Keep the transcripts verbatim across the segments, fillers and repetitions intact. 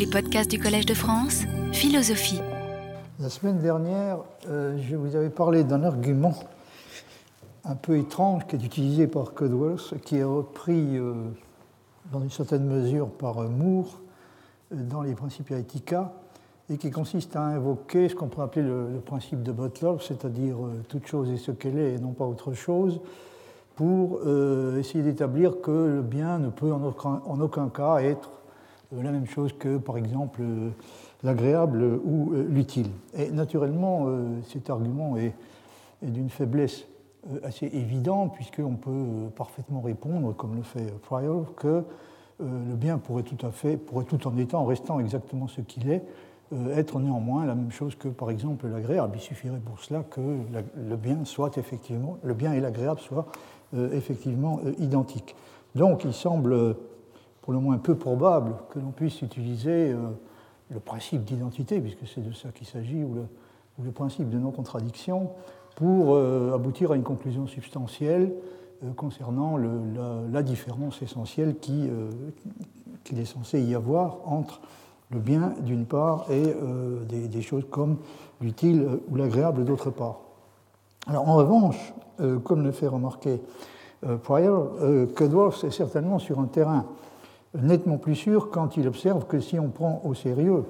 les podcasts du Collège de France, Philosophie. La semaine dernière, euh, je vous avais parlé d'un argument un peu étrange qui est utilisé par Cudworth, qui est repris euh, dans une certaine mesure par euh, Moore euh, dans les Principia Ethica, et qui consiste à invoquer ce qu'on pourrait appeler le, le principe de Butler, c'est-à-dire euh, toute chose est ce qu'elle est et non pas autre chose, pour euh, essayer d'établir que le bien ne peut en aucun, en aucun cas être euh, la même chose que, par exemple, euh, l'agréable ou euh, l'utile. Et naturellement, euh, cet argument est, est d'une faiblesse euh, assez évidente, puisqu'on peut euh, parfaitement répondre, comme le fait Prior, que euh, le bien pourrait tout à fait, pourrait tout en étant, en restant exactement ce qu'il est, euh, être néanmoins la même chose que, par exemple, l'agréable. Il suffirait pour cela que la, le bien soit effectivement, le bien et l'agréable soient euh, effectivement euh, identiques. Donc, il semble pour le moins peu probable que l'on puisse utiliser euh, le principe d'identité, puisque c'est de ça qu'il s'agit, ou le, ou le principe de non-contradiction, pour euh, aboutir à une conclusion substantielle euh, concernant le, la, la différence essentielle qui, euh, qu'il est censé y avoir entre le bien d'une part et euh, des, des choses comme l'utile ou l'agréable d'autre part. Alors en revanche, euh, comme le fait remarquer euh, Prior, euh, Cudworth est certainement sur un terrain nettement plus sûr quand il observe que si on prend au sérieux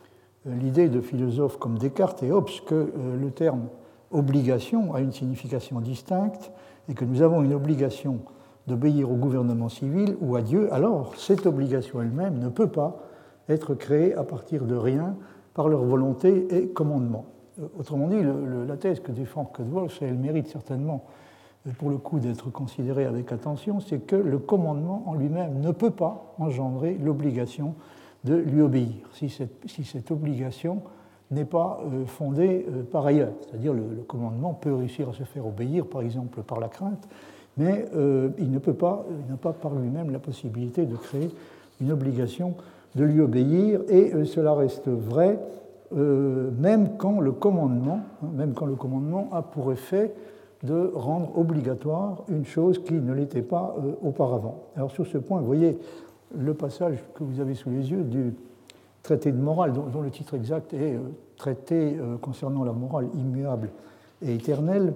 l'idée de philosophes comme Descartes et Hobbes que le terme obligation a une signification distincte et que nous avons une obligation d'obéir au gouvernement civil ou à Dieu, alors cette obligation elle-même ne peut pas être créée à partir de rien par leur volonté et commandement. Autrement dit, le, le, la thèse que défend Cudworth, elle mérite certainement pour le coup d'être considéré avec attention, c'est que le commandement en lui-même ne peut pas engendrer l'obligation de lui obéir, si cette, si cette obligation n'est pas euh, fondée euh, par ailleurs. C'est-à-dire le, le commandement peut réussir à se faire obéir, par exemple par la crainte, mais euh, il ne peut pas, il n'a pas par lui-même la possibilité de créer une obligation de lui obéir, et euh, cela reste vrai euh, même quand le commandement, hein, même quand le commandement a pour effet de rendre obligatoire une chose qui ne l'était pas euh, auparavant. Alors sur ce point, vous voyez le passage que vous avez sous les yeux du traité de morale, dont, dont le titre exact est euh, Traité euh, concernant la morale immuable et éternelle.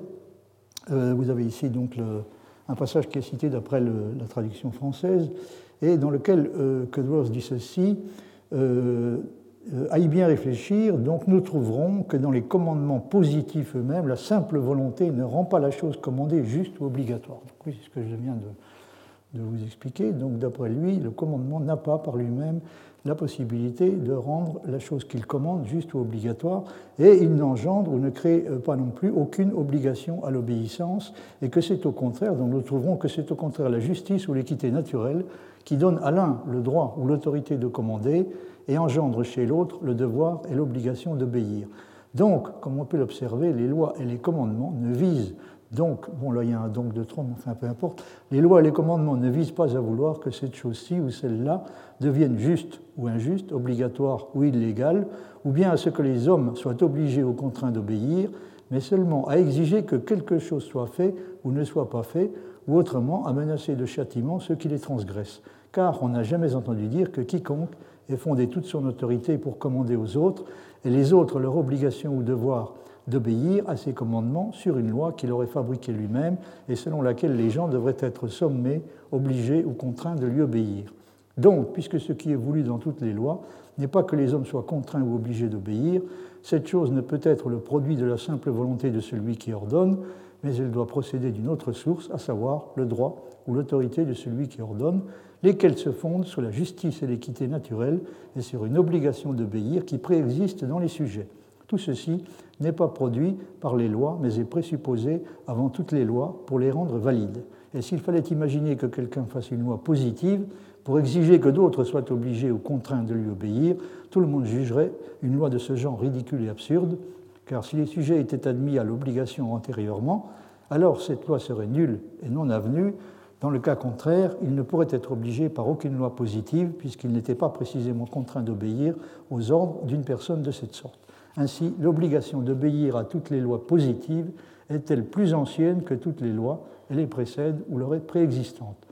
Euh, vous avez ici donc le, un passage qui est cité d'après le, la traduction française, et dans lequel euh, Cudworth dit ceci, euh, à y bien réfléchir, donc nous trouverons que dans les commandements positifs eux-mêmes, la simple volonté ne rend pas la chose commandée juste ou obligatoire. Donc, oui, c'est ce que je viens de, de vous expliquer. Donc d'après lui, le commandement n'a pas par lui-même la possibilité de rendre la chose qu'il commande juste ou obligatoire, et il n'engendre ou ne crée pas non plus aucune obligation à l'obéissance, et que c'est au contraire, donc nous trouverons que c'est au contraire la justice ou l'équité naturelle qui donne à l'un le droit ou l'autorité de commander, et engendre chez l'autre le devoir et l'obligation d'obéir. Donc, comme on peut l'observer, les lois et les commandements ne visent donc, bon là il y a un donc de trop, mais enfin peu importe, les lois et les commandements ne visent pas à vouloir que cette chose-ci ou celle-là devienne juste ou injuste, obligatoire ou illégale, ou bien à ce que les hommes soient obligés ou contraints d'obéir, mais seulement à exiger que quelque chose soit fait ou ne soit pas fait, ou autrement à menacer de châtiment ceux qui les transgressent. Car on n'a jamais entendu dire que quiconque ait fondé toute son autorité pour commander aux autres, et les autres leur obligation ou devoir d'obéir à ces commandements sur une loi qu'il aurait fabriquée lui-même et selon laquelle les gens devraient être sommés, obligés ou contraints de lui obéir. Donc, puisque ce qui est voulu dans toutes les lois n'est pas que les hommes soient contraints ou obligés d'obéir, cette chose ne peut être le produit de la simple volonté de celui qui ordonne, mais elle doit procéder d'une autre source, à savoir le droit ou l'autorité de celui qui ordonne, lesquels se fondent sur la justice et l'équité naturelle et sur une obligation d'obéir qui préexiste dans les sujets. Tout ceci n'est pas produit par les lois, mais est présupposé avant toutes les lois pour les rendre valides. Et s'il fallait imaginer que quelqu'un fasse une loi positive pour exiger que d'autres soient obligés ou contraints de lui obéir, tout le monde jugerait une loi de ce genre ridicule et absurde, car si les sujets étaient admis à l'obligation antérieurement, alors cette loi serait nulle et non avenue. Dans le cas contraire, il ne pourrait être obligé par aucune loi positive, puisqu'il n'était pas précisément contraint d'obéir aux ordres d'une personne de cette sorte. Ainsi, l'obligation d'obéir à toutes les lois positives est-elle plus ancienne que toutes les lois, elle les précède ou leur est préexistante.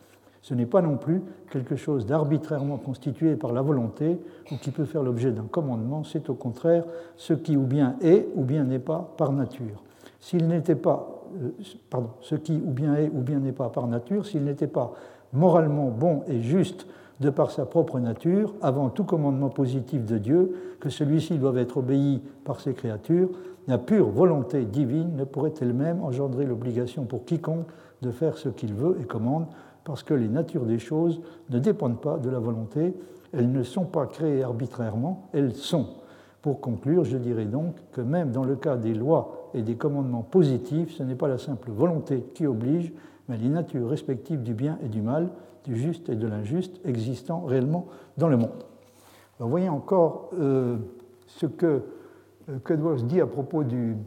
Ce n'est pas non plus quelque chose d'arbitrairement constitué par la volonté ou qui peut faire l'objet d'un commandement, c'est au contraire ce qui ou bien est ou bien n'est pas par nature. S'il n'était pas, euh, pardon, ce qui ou bien est ou bien n'est pas par nature, s'il n'était pas moralement bon et juste de par sa propre nature, avant tout commandement positif de Dieu, que celui-ci doit être obéi par ses créatures, la pure volonté divine ne pourrait elle-même engendrer l'obligation pour quiconque de faire ce qu'il veut et commande, parce que les natures des choses ne dépendent pas de la volonté, elles ne sont pas créées arbitrairement, elles sont. Pour conclure, je dirais donc que même dans le cas des lois et des commandements positifs, ce n'est pas la simple volonté qui oblige, mais les natures respectives du bien et du mal, du juste et de l'injuste existant réellement dans le monde. Alors, vous voyez encore euh, ce que euh, Cudworth dit à propos du,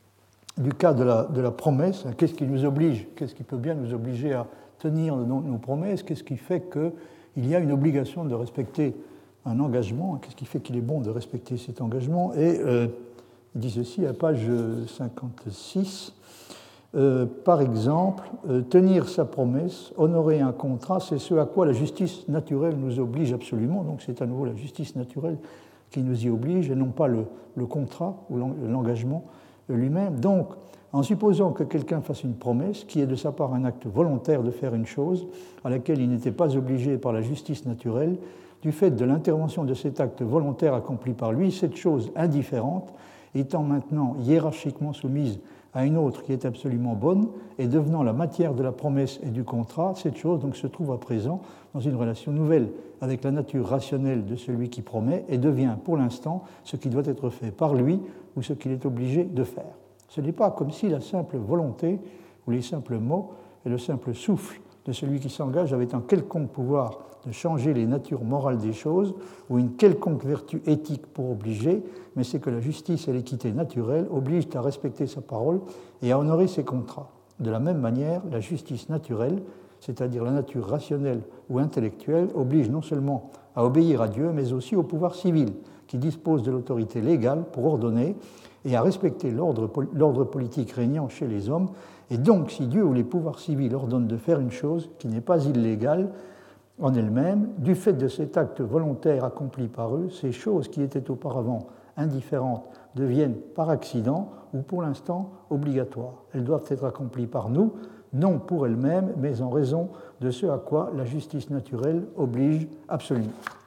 du cas de la, de la promesse. Qu'est-ce qui nous oblige, qu'est-ce qui peut bien nous obliger à tenir nos, nos promesses? Qu'est-ce qui fait qu'il y a une obligation de respecter un engagement? Qu'est-ce qui fait qu'il est bon de respecter cet engagement? Et euh, il dit ceci à page cinquante-six. Euh, par exemple, euh, tenir sa promesse, honorer un contrat, c'est ce à quoi la justice naturelle nous oblige absolument. Donc c'est à nouveau la justice naturelle qui nous y oblige et non pas le, le contrat ou l'engagement lui-même. Donc, en supposant que quelqu'un fasse une promesse, qui est de sa part un acte volontaire de faire une chose à laquelle il n'était pas obligé par la justice naturelle, du fait de l'intervention de cet acte volontaire accompli par lui, cette chose indifférente, étant maintenant hiérarchiquement soumise à une autre qui est absolument bonne et devenant la matière de la promesse et du contrat, cette chose donc se trouve à présent dans une relation nouvelle avec la nature rationnelle de celui qui promet et devient pour l'instant ce qui doit être fait par lui ou ce qu'il est obligé de faire. Ce n'est pas comme si la simple volonté ou les simples mots et le simple souffle de celui qui s'engage avaient un quelconque pouvoir de changer les natures morales des choses ou une quelconque vertu éthique pour obliger, mais c'est que la justice et l'équité naturelle obligent à respecter sa parole et à honorer ses contrats. De la même manière, la justice naturelle, c'est-à-dire la nature rationnelle ou intellectuelle, oblige non seulement à obéir à Dieu, mais aussi au pouvoir civil, qui dispose de l'autorité légale pour ordonner et à respecter l'ordre, l'ordre politique régnant chez les hommes. Et donc, si Dieu ou les pouvoirs civils ordonnent de faire une chose qui n'est pas illégale en elle-même, du fait de cet acte volontaire accompli par eux, ces choses qui étaient auparavant indifférentes deviennent par accident ou pour l'instant obligatoires. Elles doivent être accomplies par nous, non pour elles-mêmes, mais en raison de ce à quoi la justice naturelle oblige absolument.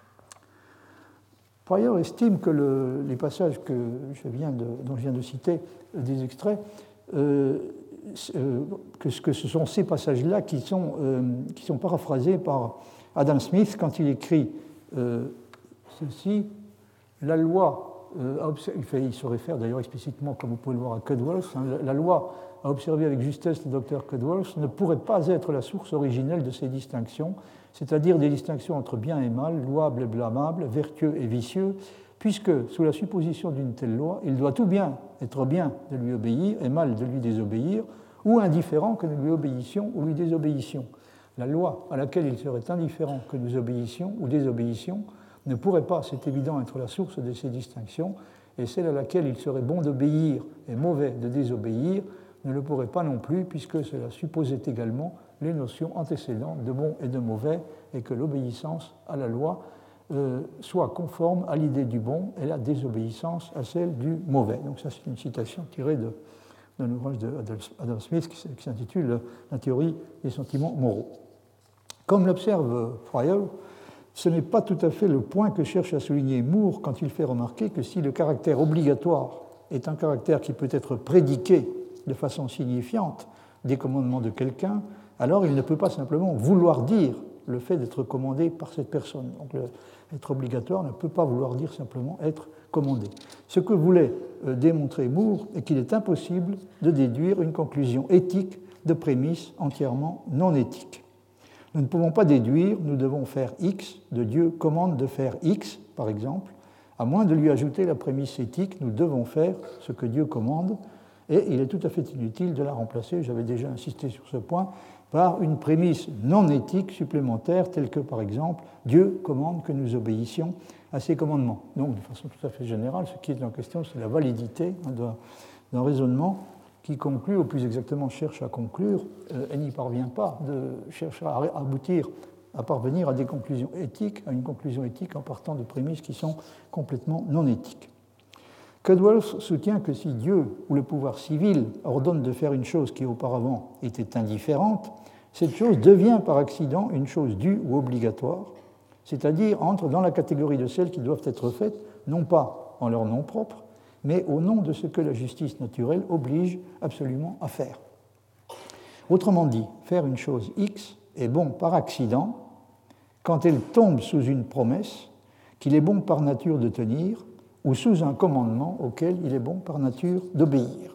Par ailleurs, estime que le, les passages que je viens de, dont je viens de citer des extraits, euh, euh, que, que ce sont ces passages-là qui sont, euh, qui sont paraphrasés par Adam Smith quand il écrit euh, ceci, la loi, euh, a observé, il se réfère d'ailleurs explicitement, comme vous pouvez le voir, à Cudworth, hein, la, la loi a observé avec justesse le docteur Cudworth ne pourrait pas être la source originelle de ces distinctions, c'est-à-dire des distinctions entre bien et mal, louable et blâmable, vertueux et vicieux, puisque, sous la supposition d'une telle loi, il doit tout bien être bien de lui obéir et mal de lui désobéir, ou indifférent que nous lui obéissions ou lui désobéissions. La loi à laquelle il serait indifférent que nous obéissions ou désobéissions ne pourrait pas, c'est évident, être la source de ces distinctions, et celle à laquelle il serait bon d'obéir et mauvais de désobéir ne le pourrait pas non plus, puisque cela supposait également les notions antécédentes de bon et de mauvais, et que l'obéissance à la loi euh, soit conforme à l'idée du bon et la désobéissance à celle du mauvais. Donc ça, c'est une citation tirée de, d'un ouvrage d'Adam Smith qui s'intitule « La théorie des sentiments moraux ». Comme l'observe Fryer, ce n'est pas tout à fait le point que cherche à souligner Moore quand il fait remarquer que si le caractère obligatoire est un caractère qui peut être prédiqué de façon signifiante des commandements de quelqu'un, alors il ne peut pas simplement vouloir dire le fait d'être commandé par cette personne. Donc, le, être obligatoire ne peut pas vouloir dire simplement être commandé. Ce que voulait euh, démontrer Moore est qu'il est impossible de déduire une conclusion éthique de prémices entièrement non éthiques. Nous ne pouvons pas déduire, nous devons faire X, de Dieu commande de faire X, par exemple, à moins de lui ajouter la prémisse éthique, nous devons faire ce que Dieu commande, et il est tout à fait inutile de la remplacer, j'avais déjà insisté sur ce point, par une prémisse non éthique supplémentaire, telle que, par exemple, Dieu commande que nous obéissions à ses commandements. Donc, de façon tout à fait générale, ce qui est en question, c'est la validité d'un raisonnement qui conclut, ou plus exactement cherche à conclure, euh, elle n'y parvient pas, de chercher à aboutir, à parvenir à des conclusions éthiques, à une conclusion éthique en partant de prémices qui sont complètement non éthiques. Cudworth soutient que si Dieu ou le pouvoir civil ordonne de faire une chose qui auparavant était indifférente, cette chose devient par accident une chose due ou obligatoire, c'est-à-dire entre dans la catégorie de celles qui doivent être faites, non pas en leur nom propre, mais au nom de ce que la justice naturelle oblige absolument à faire. Autrement dit, faire une chose X est bon par accident quand elle tombe sous une promesse qu'il est bon par nature de tenir ou sous un commandement auquel il est bon par nature d'obéir.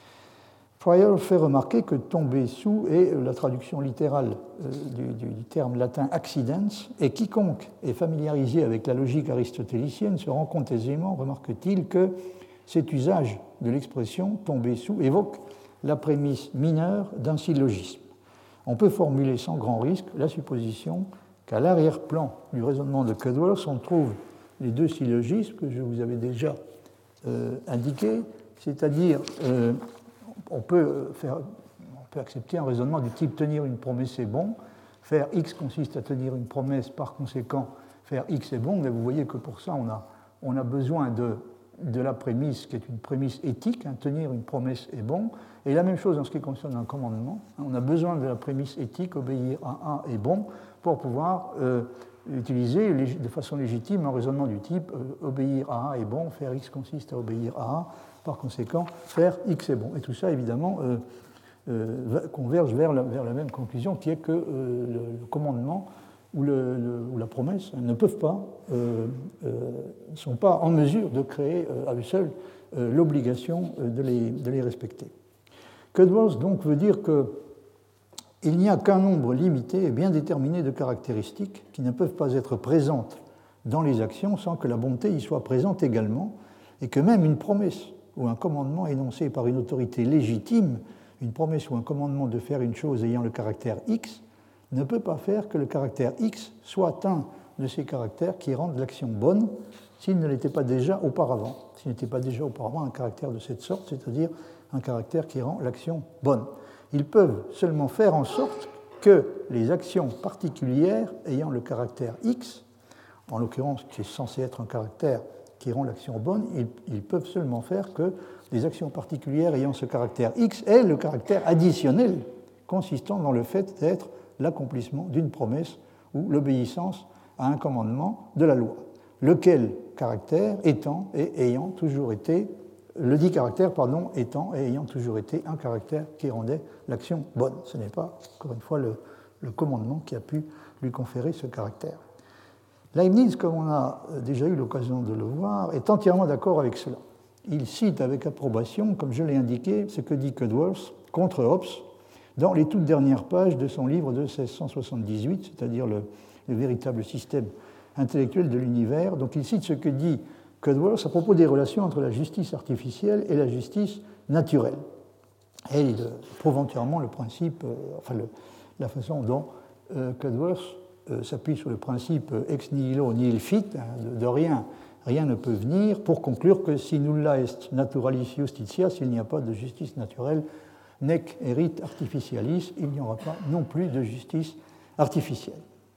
Fryer fait remarquer que tomber sous est la traduction littérale du, du, du terme latin accidens, et quiconque est familiarisé avec la logique aristotélicienne se rend compte aisément, remarque-t-il, que cet usage de l'expression tomber sous évoque la prémisse mineure d'un syllogisme. On peut formuler sans grand risque la supposition qu'à l'arrière-plan du raisonnement de Cudworth, on trouve les deux syllogismes que je vous avais déjà euh, indiqués, c'est-à-dire euh, on, peut faire, on peut accepter un raisonnement du type tenir une promesse est bon, faire X consiste à tenir une promesse, par conséquent faire X est bon, mais vous voyez que pour ça on a, on a besoin de, de la prémisse qui est une prémisse éthique, hein, tenir une promesse est bon, et la même chose en ce qui concerne un commandement, hein, on a besoin de la prémisse éthique, obéir à A est bon, pour pouvoir euh, utiliser de façon légitime un raisonnement du type euh, obéir à A est bon, faire X consiste à obéir à A, par conséquent faire X est bon. Et tout ça, évidemment, euh, euh, converge vers la, vers la même conclusion qui est que euh, le, le commandement ou, le, le, ou la promesse ne peuvent pas, euh, euh, ne sont pas en mesure de créer euh, à eux seuls euh, l'obligation de les, de les respecter. Cudworth donc veut dire que il n'y a qu'un nombre limité et bien déterminé de caractéristiques qui ne peuvent pas être présentes dans les actions sans que la bonté y soit présente également, et que même une promesse ou un commandement énoncé par une autorité légitime, une promesse ou un commandement de faire une chose ayant le caractère X, ne peut pas faire que le caractère X soit un de ces caractères qui rendent l'action bonne s'il ne l'était pas déjà auparavant, s'il n'était pas déjà auparavant un caractère de cette sorte, c'est-à-dire un caractère qui rend l'action bonne. Ils peuvent seulement faire en sorte que les actions particulières ayant le caractère X, en l'occurrence qui est censé être un caractère qui rend l'action bonne, ils, ils peuvent seulement faire que les actions particulières ayant ce caractère X aient le caractère additionnel consistant dans le fait d'être l'accomplissement d'une promesse ou l'obéissance à un commandement de la loi, lequel caractère étant et ayant toujours été le dit caractère, pardon, étant et ayant toujours été un caractère qui rendait l'action bonne. Ce n'est pas, encore une fois, le, le commandement qui a pu lui conférer ce caractère. Leibniz, comme on a déjà eu l'occasion de le voir, est entièrement d'accord avec cela. Il cite avec approbation, comme je l'ai indiqué, ce que dit Cudworth contre Hobbes dans les toutes dernières pages de son livre de seize cent soixante-dix-huit, c'est-à-dire le, le véritable système intellectuel de l'univers. Donc il cite ce que dit Cudworth à propos des relations entre la justice artificielle et la justice naturelle. Et il prouve entièrement le principe, euh, enfin le, la façon dont euh, Cudworth euh, s'appuie sur le principe ex nihilo nihil fit, hein, de, de rien, rien ne peut venir, pour conclure que si nulla est naturalis justitia, s'il n'y a pas de justice naturelle, nec erit artificialis, il n'y aura pas non plus de justice artificielle.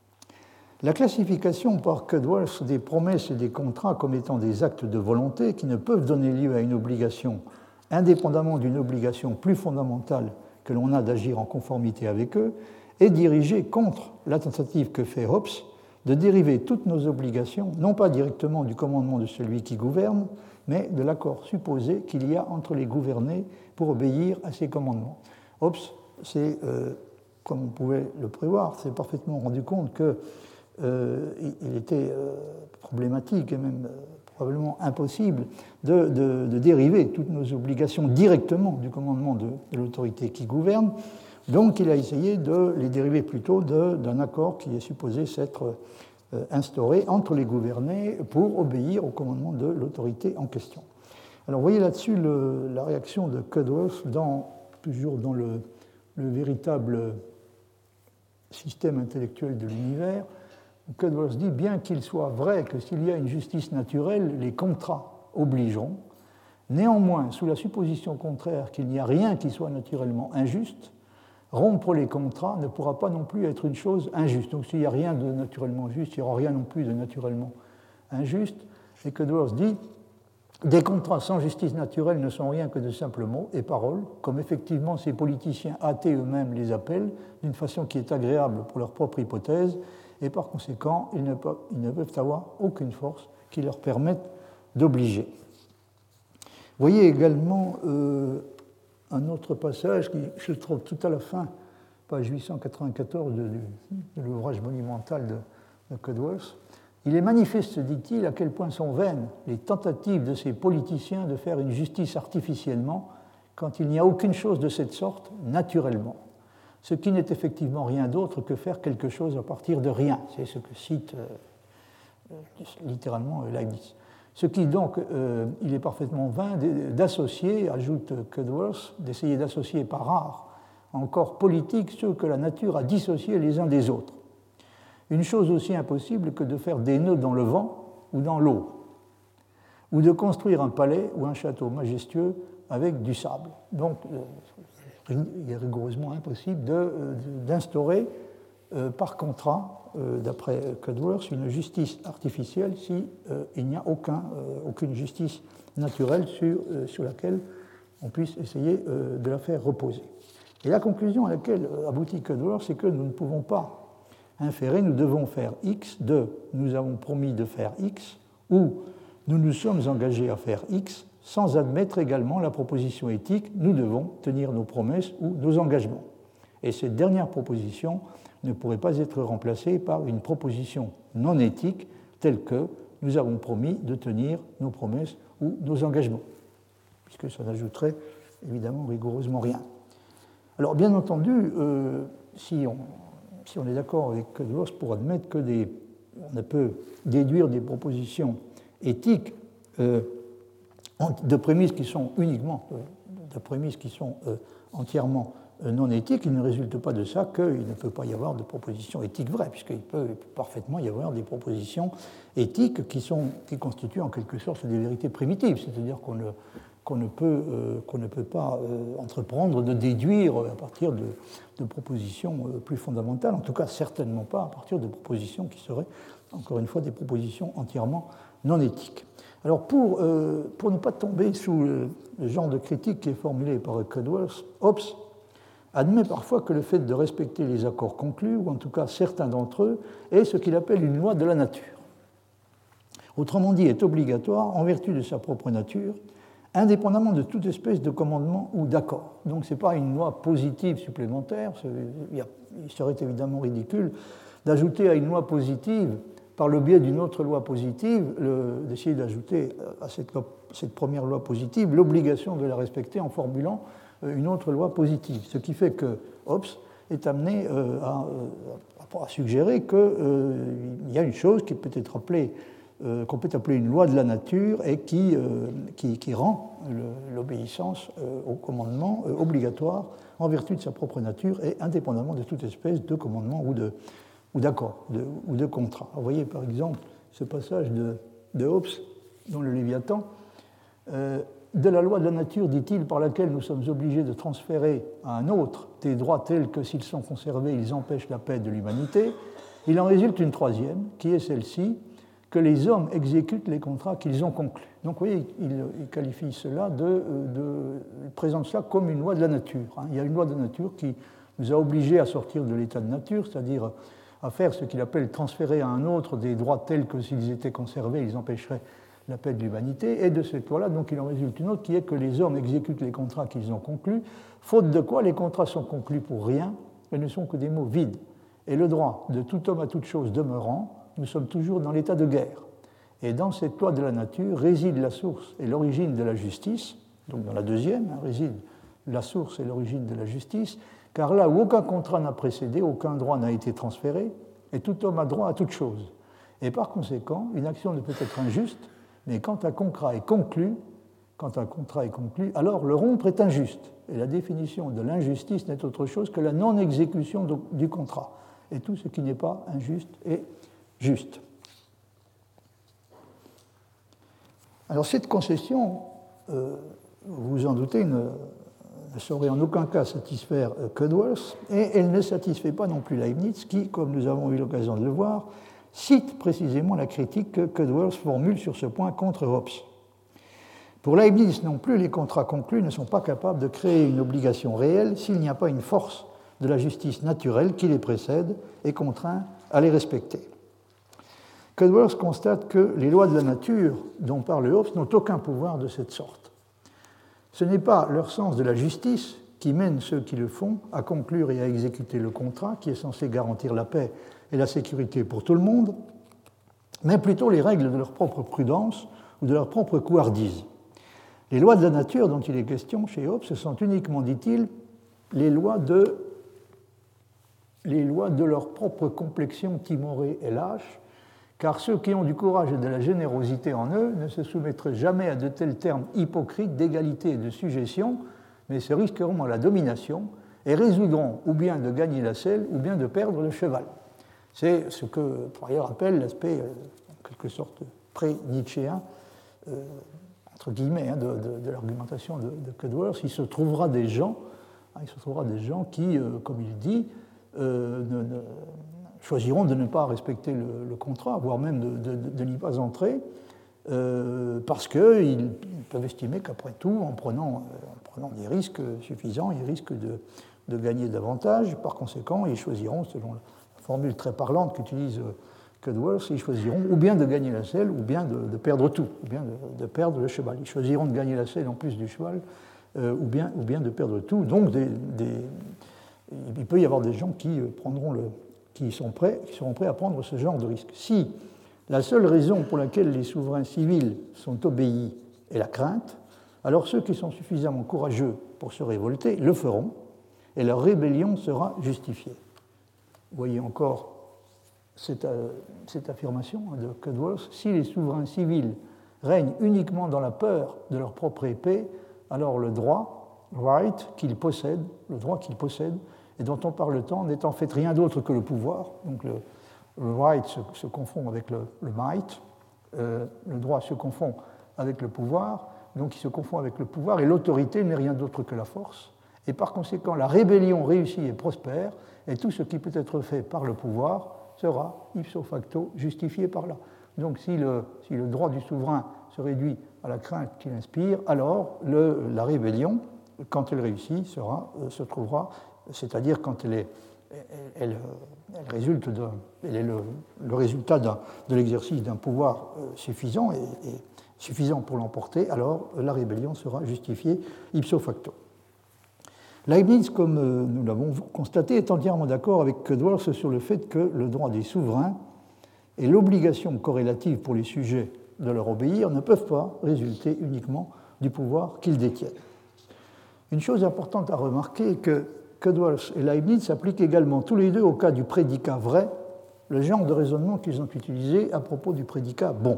La classification par Cudworth des promesses et des contrats comme étant des actes de volonté qui ne peuvent donner lieu à une obligation, indépendamment d'une obligation plus fondamentale que l'on a d'agir en conformité avec eux, est dirigée contre la tentative que fait Hobbes de dériver toutes nos obligations, non pas directement du commandement de celui qui gouverne, mais de l'accord supposé qu'il y a entre les gouvernés pour obéir à ces commandements. Hobbes, c'est, euh, comme on pouvait le prévoir, s'est parfaitement rendu compte que Euh, il était euh, problématique et même euh, probablement impossible de, de, de dériver toutes nos obligations directement du commandement de, de l'autorité qui gouverne. Donc il a essayé de les dériver plutôt de, d'un accord qui est supposé s'être euh, instauré entre les gouvernés pour obéir au commandement de l'autorité en question. Alors vous voyez là-dessus le, la réaction de Cudworth, dans, toujours dans le, le véritable système intellectuel de l'univers. Cudworth dit, bien qu'il soit vrai que s'il y a une justice naturelle, les contrats obligeront, Néanmoins, sous la supposition contraire qu'il n'y a rien qui soit naturellement injuste, rompre les contrats ne pourra pas non plus être une chose injuste. Donc s'il n'y a rien de naturellement juste, il n'y aura rien non plus de naturellement injuste. Et Cudworth dit « Des contrats sans justice naturelle ne sont rien que de simples mots et paroles, comme effectivement ces politiciens athées eux-mêmes les appellent, d'une façon qui est agréable pour leur propre hypothèse, et par conséquent, ils ne peuvent, ils ne peuvent avoir aucune force qui leur permette d'obliger. » Vous voyez également euh, un autre passage qui se trouve tout à la fin, page huit cent quatre-vingt-quatorze de, de, de l'ouvrage monumental de, de Cudworth. Il est manifeste, dit-il, à quel point sont vaines les tentatives de ces politiciens de faire une justice artificiellement quand il n'y a aucune chose de cette sorte naturellement, ce qui n'est effectivement rien d'autre que faire quelque chose à partir de rien. C'est ce que cite euh, littéralement Leibniz. Ce qui donc, euh, il est parfaitement vain d'associer, ajoute Cudworth, d'essayer d'associer par art en corps politique ceux que la nature a dissociés les uns des autres. Une chose aussi impossible que de faire des nœuds dans le vent ou dans l'eau, ou de construire un palais ou un château majestueux avec du sable. Donc, euh, il est rigoureusement impossible d'instaurer euh, par contrat, euh, d'après Cudworth, une justice artificielle si euh, il n'y a aucun, euh, aucune justice naturelle sur, euh, sur laquelle on puisse essayer euh, de la faire reposer. Et la conclusion à laquelle aboutit Cudworth, c'est que nous ne pouvons pas inférer, nous devons faire X de nous avons promis de faire X ou nous nous sommes engagés à faire X sans admettre également la proposition éthique nous devons tenir nos promesses ou nos engagements. Et cette dernière proposition ne pourrait pas être remplacée par une proposition non éthique telle que nous avons promis de tenir nos promesses ou nos engagements, puisque ça n'ajouterait évidemment rigoureusement rien. Alors bien entendu, euh, si on Si on est d'accord avec Cudworth pour admettre que des, on peut déduire des propositions éthiques euh, de prémices qui sont uniquement de prémices qui sont euh, entièrement euh, non éthiques, il ne résulte pas de ça qu'il ne peut pas y avoir de propositions éthiques vraies, puisqu'il peut parfaitement y avoir des propositions éthiques qui, sont, qui constituent en quelque sorte des vérités primitives, c'est-à-dire qu'on ne qu'on ne, peut, euh, qu'on ne peut pas euh, entreprendre de déduire à partir de, de propositions euh, plus fondamentales, en tout cas certainement pas à partir de propositions qui seraient, encore une fois, des propositions entièrement non éthiques. Alors pour, euh, pour ne pas tomber sous le, le genre de critique qui est formulé par Cudworth, Hobbes admet parfois que le fait de respecter les accords conclus, ou en tout cas certains d'entre eux, est ce qu'il appelle une loi de la nature. Autrement dit, est obligatoire en vertu de sa propre nature, indépendamment de toute espèce de commandement ou d'accord. Donc ce n'est pas une loi positive supplémentaire, il serait évidemment ridicule d'ajouter à une loi positive, par le biais d'une autre loi positive, d'essayer d'ajouter à cette, cette première loi positive l'obligation de la respecter en formulant une autre loi positive. Ce qui fait que Hobbes est amené à, à suggérer qu'il euh, y a une chose qui peut être appelée Euh, qu'on peut appeler une loi de la nature et qui, euh, qui, qui rend l'obéissance euh, au commandement euh, obligatoire en vertu de sa propre nature et indépendamment de toute espèce de commandement ou de, ou d'accord ou de contrat. Vous voyez par exemple ce passage de, de Hobbes dans le Léviathan. Euh, de la loi de la nature, dit-il, par laquelle nous sommes obligés de transférer à un autre des droits tels que s'ils sont conservés, ils empêchent la paix de l'humanité, il en résulte une troisième qui est celle-ci, que les hommes exécutent les contrats qu'ils ont conclus. Donc, vous voyez, il, il qualifie cela de, de... Il présente cela comme une loi de la nature. Hein. Il y a une loi de la nature qui nous a obligés à sortir de l'état de nature, c'est-à-dire à faire ce qu'il appelle transférer à un autre des droits tels que s'ils étaient conservés, ils empêcheraient la paix de l'humanité. Et de cette loi-là, donc, il en résulte une autre qui est que les hommes exécutent les contrats qu'ils ont conclus, faute de quoi les contrats sont conclus pour rien et ne sont que des mots vides. Et le droit de tout homme à toute chose demeurant, nous sommes toujours dans l'état de guerre. Et dans cette loi de la nature réside la source et l'origine de la justice, donc dans la deuxième, hein, réside la source et l'origine de la justice, car là où aucun contrat n'a précédé, aucun droit n'a été transféré, et tout homme a droit à toute chose. Et par conséquent, une action ne peut être injuste, mais quand un contrat est conclu, quand un contrat est conclu, alors le rompre est injuste. Et la définition de l'injustice n'est autre chose que la non-exécution du contrat. Et tout ce qui n'est pas injuste est juste. Alors cette concession euh, vous vous en doutez, ne, ne saurait en aucun cas satisfaire euh, Cudworth, et elle ne satisfait pas non plus Leibniz, qui, comme nous avons eu l'occasion de le voir, cite précisément la critique que Cudworth formule sur ce point contre Hobbes. Pour Leibniz non plus, les contrats conclus ne sont pas capables de créer une obligation réelle s'il n'y a pas une force de la justice naturelle qui les précède et contraint à les respecter. Cudworth constate que les lois de la nature dont parle Hobbes n'ont aucun pouvoir de cette sorte. Ce n'est pas leur sens de la justice qui mène ceux qui le font à conclure et à exécuter le contrat qui est censé garantir la paix et la sécurité pour tout le monde, mais plutôt les règles de leur propre prudence ou de leur propre couardise. Les lois de la nature dont il est question chez Hobbes, ce sont uniquement, dit-il, les lois de, les lois de leur propre complexion timorée et lâche, car ceux qui ont du courage et de la générosité en eux ne se soumettraient jamais à de tels termes hypocrites d'égalité et de sujétion, mais se risqueront à la domination et résoudront ou bien de gagner la selle ou bien de perdre le cheval. C'est ce que Poirier appelle l'aspect, en quelque sorte, pré-nietzschéen, euh, entre guillemets, hein, de, de, de l'argumentation de, de Cudworth. Il se trouvera des gens, hein, il se trouvera des gens qui, euh, comme il dit, euh, ne, ne, choisiront de ne pas respecter le, le contrat, voire même de, de, de n'y pas entrer, euh, parce qu'ils peuvent estimer qu'après tout, en prenant, en prenant des risques suffisants, ils risquent de, de gagner davantage. Par conséquent, ils choisiront, selon la formule très parlante qu'utilise Cudworth, ils choisiront ou bien de gagner la selle, ou bien de, de perdre tout, ou bien de, de perdre le cheval. Ils choisiront de gagner la selle en plus du cheval, euh, ou, bien, ou bien de perdre tout. Donc, des, des, il peut y avoir des gens qui prendront le qui, sont prêts, qui seront prêts à prendre ce genre de risque. Si la seule raison pour laquelle les souverains civils sont obéis est la crainte, alors ceux qui sont suffisamment courageux pour se révolter le feront, et leur rébellion sera justifiée. Vous voyez encore cette, euh, cette affirmation de Cudworth, si les souverains civils règnent uniquement dans la peur de leur propre épée, alors le droit, right, qu'ils possèdent, le droit qu'ils possèdent, et dont on parle tant, n'est en fait rien d'autre que le pouvoir. Donc le, le right se, se confond avec le, le might, euh, le droit se confond avec le pouvoir, donc il se confond avec le pouvoir, et l'autorité n'est rien d'autre que la force. Et par conséquent, la rébellion réussit et prospère, et tout ce qui peut être fait par le pouvoir sera ipso facto justifié par là. Donc si le, si le droit du souverain se réduit à la crainte qu'il inspire, alors le, la rébellion, quand elle réussit, sera, euh, se trouvera, c'est-à-dire quand elle, est, elle, elle, elle, résulte de, elle est le, le résultat de l'exercice d'un pouvoir suffisant et, et suffisant pour l'emporter, alors la rébellion sera justifiée ipso facto. Leibniz, comme nous l'avons constaté, est entièrement d'accord avec Cudworth sur le fait que le droit des souverains et l'obligation corrélative pour les sujets de leur obéir ne peuvent pas résulter uniquement du pouvoir qu'ils détiennent. Une chose importante à remarquer est que Cudworth et Leibniz s'appliquent également tous les deux au cas du prédicat vrai, le genre de raisonnement qu'ils ont utilisé à propos du prédicat bon.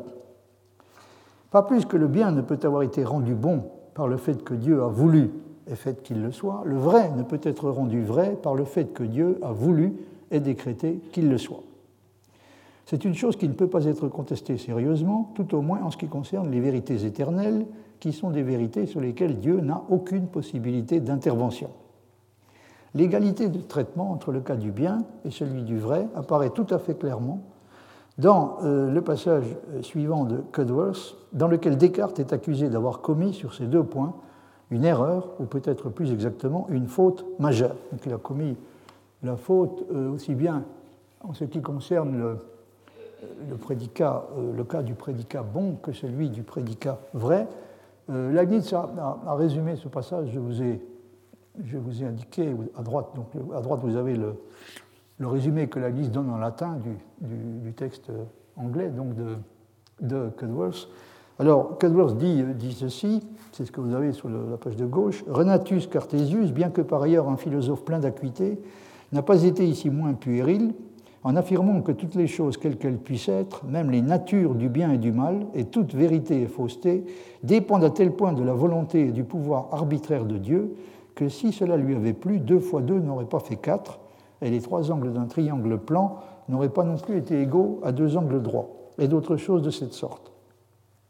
Pas plus que le bien ne peut avoir été rendu bon par le fait que Dieu a voulu et fait qu'il le soit, le vrai ne peut être rendu vrai par le fait que Dieu a voulu et décrété qu'il le soit. C'est une chose qui ne peut pas être contestée sérieusement, tout au moins en ce qui concerne les vérités éternelles, qui sont des vérités sur lesquelles Dieu n'a aucune possibilité d'intervention. L'égalité de traitement entre le cas du bien et celui du vrai apparaît tout à fait clairement dans euh, le passage suivant de Cudworth, dans lequel Descartes est accusé d'avoir commis sur ces deux points une erreur, ou peut-être plus exactement une faute majeure. Donc il a commis la faute euh, aussi bien en ce qui concerne le, le, prédicat, euh, le cas du prédicat bon que celui du prédicat vrai. Euh, Leibniz a, a, a résumé ce passage, je vous ai Je vous ai indiqué à droite, donc à droite vous avez le, le résumé que Leibniz donne en latin du, du, du texte anglais, donc de, de Cudworth. Alors, Cudworth dit, dit ceci, c'est ce que vous avez sur le, la page de gauche. Renatus Cartesius, bien que par ailleurs un philosophe plein d'acuité, n'a pas été ici moins puéril, en affirmant que toutes les choses, quelles qu'elles puissent être, même les natures du bien et du mal, et toute vérité et fausseté, dépendent à tel point de la volonté et du pouvoir arbitraire de Dieu, que si cela lui avait plu, deux fois deux n'aurait pas fait quatre, et les trois angles d'un triangle plan n'auraient pas non plus été égaux à deux angles droits, et d'autres choses de cette sorte.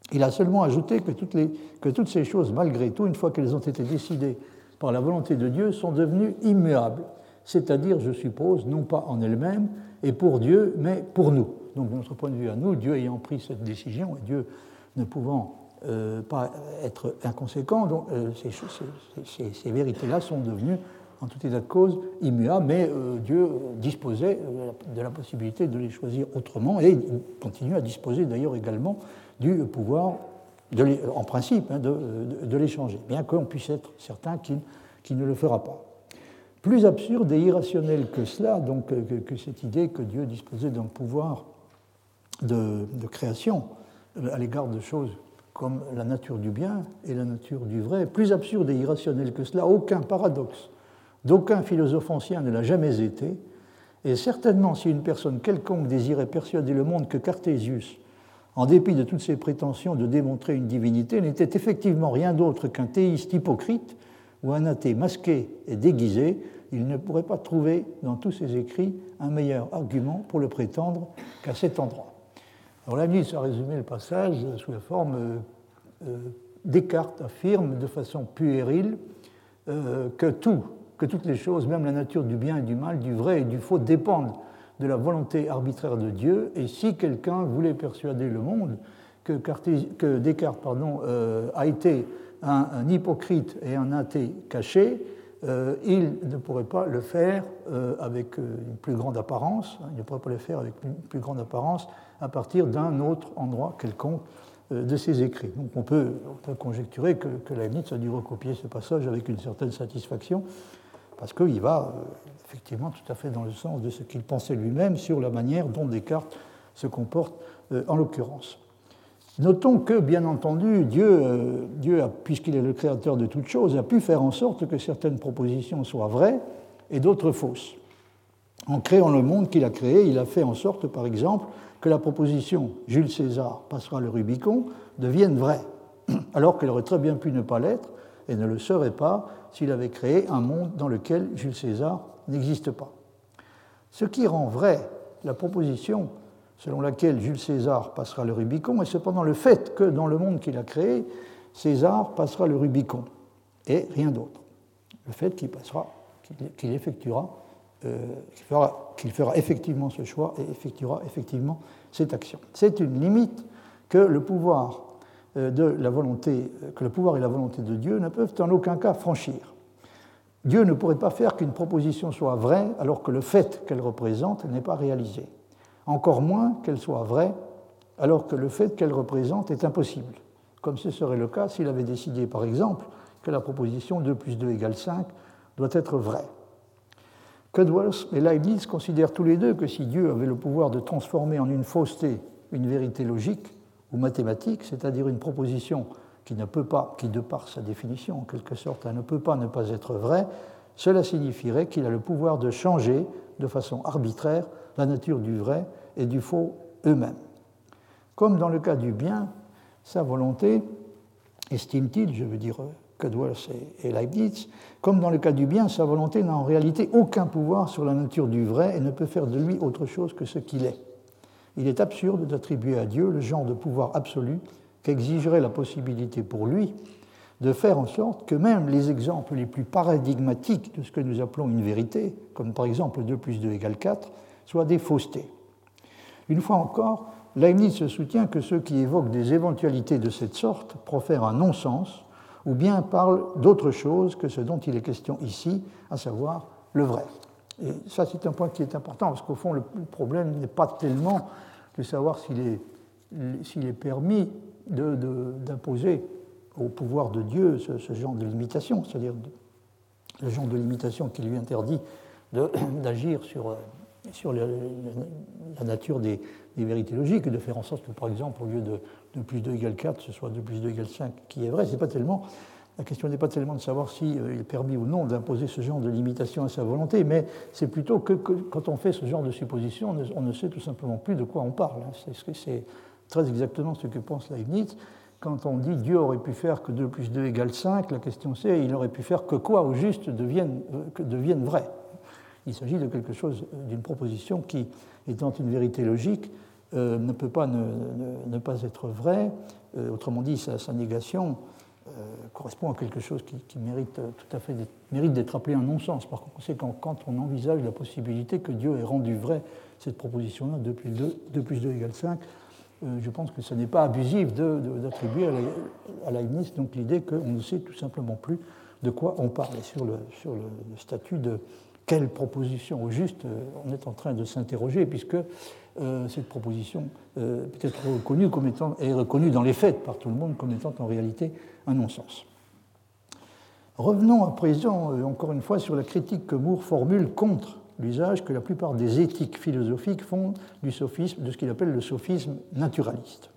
Il a seulement ajouté que toutes, les, que toutes ces choses, malgré tout, une fois qu'elles ont été décidées par la volonté de Dieu, sont devenues immuables, c'est-à-dire, je suppose, non pas en elles-mêmes et pour Dieu, mais pour nous. Donc, de notre point de vue à nous, Dieu ayant pris cette décision, et Dieu ne pouvant euh, pas être inconséquent, donc, euh, ces, ces, ces vérités-là sont devenues, en tout état de cause, immuables, mais euh, Dieu disposait de la possibilité de les choisir autrement, et il continue à disposer d'ailleurs également du pouvoir, de les, en principe, hein, de, de, de les changer, bien qu'on puisse être certain qu'il, qu'il ne le fera pas. Plus absurde et irrationnel que cela, donc, que, que cette idée que Dieu disposait d'un pouvoir de, de création à l'égard de choses comme la nature du bien et la nature du vrai, plus absurde et irrationnel que cela, aucun paradoxe d'aucun philosophe ancien ne l'a jamais été, et certainement si une personne quelconque désirait persuader le monde que Cartésius, en dépit de toutes ses prétentions de démontrer une divinité, n'était effectivement rien d'autre qu'un théiste hypocrite ou un athée masqué et déguisé, il ne pourrait pas trouver dans tous ses écrits un meilleur argument pour le prétendre qu'à cet endroit. Alors Leibniz a résumé le passage sous la forme euh, euh, Descartes affirme de façon puérile euh, que tout, que toutes les choses, même la nature du bien et du mal, du vrai et du faux, dépendent de la volonté arbitraire de Dieu, et si quelqu'un voulait persuader le monde que, Cartés, que Descartes pardon, euh, a été un, un hypocrite et un athée caché, euh, il ne pourrait pas le faire euh, avec une plus grande apparence, il ne pourrait pas le faire avec une plus grande apparence à partir d'un autre endroit quelconque euh, de ses écrits. Donc on peut, on peut conjecturer que, que Leibniz a dû recopier ce passage avec une certaine satisfaction, parce qu'il va euh, effectivement tout à fait dans le sens de ce qu'il pensait lui-même sur la manière dont Descartes se comporte euh, en l'occurrence. Notons que, bien entendu, Dieu, euh, Dieu a, puisqu'il est le créateur de toutes choses, a pu faire en sorte que certaines propositions soient vraies et d'autres fausses. En créant le monde qu'il a créé, il a fait en sorte, par exemple, que la proposition « Jules César passera le Rubicon » devienne vraie, alors qu'elle aurait très bien pu ne pas l'être et ne le serait pas s'il avait créé un monde dans lequel Jules César n'existe pas. Ce qui rend vraie la proposition selon laquelle Jules César passera le Rubicon est cependant le fait que dans le monde qu'il a créé, César passera le Rubicon et rien d'autre. Le fait qu'il passera, qu'il effectuera, euh, qu'il fera, qu'il fera effectivement ce choix et effectuera effectivement cette action. C'est une limite que le pouvoir de la volonté, que le pouvoir et la volonté de Dieu ne peuvent en aucun cas franchir. Dieu ne pourrait pas faire qu'une proposition soit vraie alors que le fait qu'elle représente n'est pas réalisé. Encore moins qu'elle soit vraie alors que le fait qu'elle représente est impossible, comme ce serait le cas s'il avait décidé, par exemple, que la proposition deux plus deux égale cinq doit être vraie. Cudworth et Leibniz considèrent tous les deux que si Dieu avait le pouvoir de transformer en une fausseté une vérité logique ou mathématique, c'est-à-dire une proposition qui ne peut pas, qui de par sa définition en quelque sorte, elle ne peut pas ne pas être vraie, cela signifierait qu'il a le pouvoir de changer de façon arbitraire la nature du vrai et du faux eux-mêmes. Comme dans le cas du bien, sa volonté, estime-t-il, je veux dire Cudworth et Leibniz, comme dans le cas du bien, sa volonté n'a en réalité aucun pouvoir sur la nature du vrai et ne peut faire de lui autre chose que ce qu'il est. Il est absurde d'attribuer à Dieu le genre de pouvoir absolu qu'exigerait la possibilité pour lui de faire en sorte que même les exemples les plus paradigmatiques de ce que nous appelons une vérité, comme par exemple deux plus deux égale quatre, soient des faussetés. Une fois encore, Leibniz se soutient que ceux qui évoquent des éventualités de cette sorte profèrent un non-sens ou bien parlent d'autre chose que ce dont il est question ici, à savoir le vrai. Et ça, c'est un point qui est important, parce qu'au fond, le problème n'est pas tellement de savoir s'il est, s'il est permis de, de, d'imposer au pouvoir de Dieu ce, ce genre de limitation, c'est-à-dire le genre de limitation qui lui interdit de, d'agir sur, sur le, la nature des, des vérités logiques, et de faire en sorte que, par exemple, au lieu de deux plus deux égale quatre, ce soit deux plus deux égale cinq qui est vrai. C'est pas tellement, la question n'est pas tellement de savoir s'il est permis ou non d'imposer ce genre de limitation à sa volonté, mais c'est plutôt que, que quand on fait ce genre de supposition, on ne, on ne sait tout simplement plus de quoi on parle. C'est, c'est très exactement ce que pense Leibniz. Quand on dit Dieu aurait pu faire que deux plus deux égale cinq, la question c'est il aurait pu faire que quoi au juste devienne, que devienne vrai. Il s'agit de quelque chose, d'une proposition qui, étant une vérité logique, euh, ne peut pas ne, ne, ne pas être vrai. Euh, autrement dit, sa, sa négation euh, correspond à quelque chose qui, qui mérite tout à fait d'être, mérite d'être appelé un non-sens. Par conséquent, quand on envisage la possibilité que Dieu ait rendu vrai cette proposition-là, deux plus deux, deux plus deux égale cinq, euh, je pense que ce n'est pas abusif de, de, d'attribuer à Leibniz donc l'idée qu'on ne sait tout simplement plus de quoi on parle. Et sur le, sur le, le statut de quelle proposition au juste euh, on est en train de s'interroger, puisque euh, cette proposition euh, peut être reconnue comme étant, est reconnue dans les faits par tout le monde comme étant en réalité un non-sens. Revenons à présent, euh, encore une fois, sur la critique que Moore formule contre l'usage que la plupart des éthiques philosophiques font du sophisme, de ce qu'il appelle le sophisme naturaliste.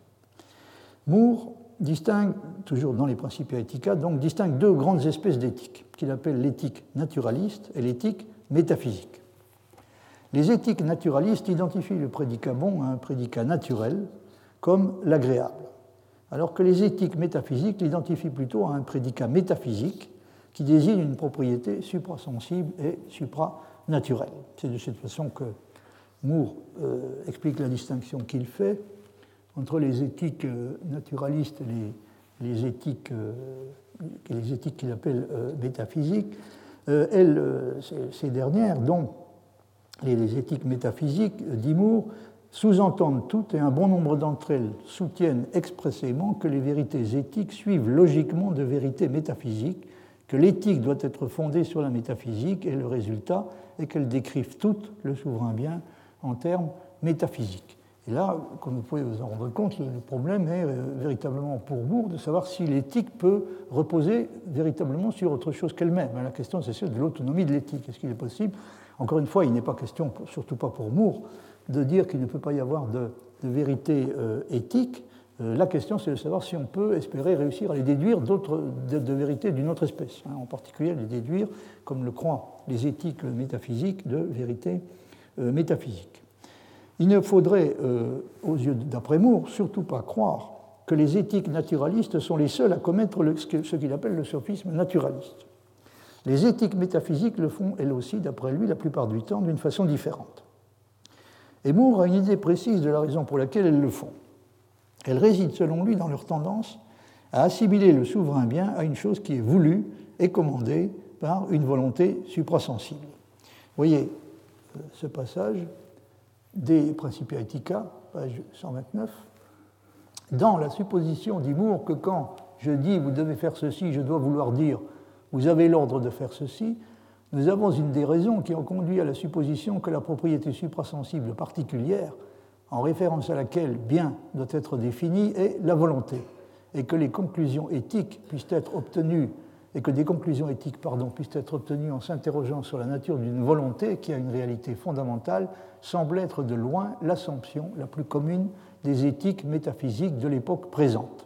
Moore distingue, toujours dans les Principia Ethica, donc distingue deux grandes espèces d'éthique, qu'il appelle l'éthique naturaliste et l'éthique métaphysique. Les éthiques naturalistes identifient le prédicat bon à un prédicat naturel comme l'agréable, alors que les éthiques métaphysiques l'identifient plutôt à un prédicat métaphysique qui désigne une propriété suprasensible et supranaturelle. C'est de cette façon que Moore euh, explique la distinction qu'il fait entre les éthiques euh, naturalistes et les, les éthiques, euh, les éthiques qu'il appelle euh, métaphysiques. Euh, elles, euh, ces, ces dernières, dont les, les éthiques métaphysiques, dit Moore, sous-entendent toutes et un bon nombre d'entre elles soutiennent expressément que les vérités éthiques suivent logiquement de vérités métaphysiques, que l'éthique doit être fondée sur la métaphysique et le résultat est qu'elles décrivent toutes le souverain bien en termes métaphysiques. Et là, comme vous pouvez vous en rendre compte, le problème est euh, véritablement pour Moore de savoir si l'éthique peut reposer véritablement sur autre chose qu'elle-même. La question, c'est celle de l'autonomie de l'éthique. Est-ce qu'il est possible? Encore une fois, il n'est pas question, surtout pas pour Moore, de dire qu'il ne peut pas y avoir de, de vérité euh, éthique. Euh, la question, c'est de savoir si on peut espérer réussir à les déduire d'autres, de, de vérités d'une autre espèce. Hein, en particulier, les déduire, comme le croient les éthiques métaphysiques, de vérités euh, métaphysiques. Il ne faudrait, euh, aux yeux d'après Moore, surtout pas croire que les éthiques naturalistes sont les seules à commettre le, ce qu'il appelle le sophisme naturaliste. Les éthiques métaphysiques le font, elles aussi, d'après lui, la plupart du temps, d'une façon différente. Et Moore a une idée précise de la raison pour laquelle elles le font. Elle réside, selon lui, dans leur tendance à assimiler le souverain bien à une chose qui est voulue et commandée par une volonté suprasensible. Vous voyez ce passage des Principia Ethica, page cent vingt-neuf, dans la supposition, dit Moore, que quand je dis vous devez faire ceci, je dois vouloir dire vous avez l'ordre de faire ceci, nous avons une des raisons qui ont conduit à la supposition que la propriété suprasensible particulière, en référence à laquelle bien doit être définie, est la volonté, et que les conclusions éthiques puissent être obtenues, et que des conclusions éthiques pardon, puissent être obtenues en s'interrogeant sur la nature d'une volonté qui a une réalité fondamentale, semble être de loin l'assomption la plus commune des éthiques métaphysiques de l'époque présente.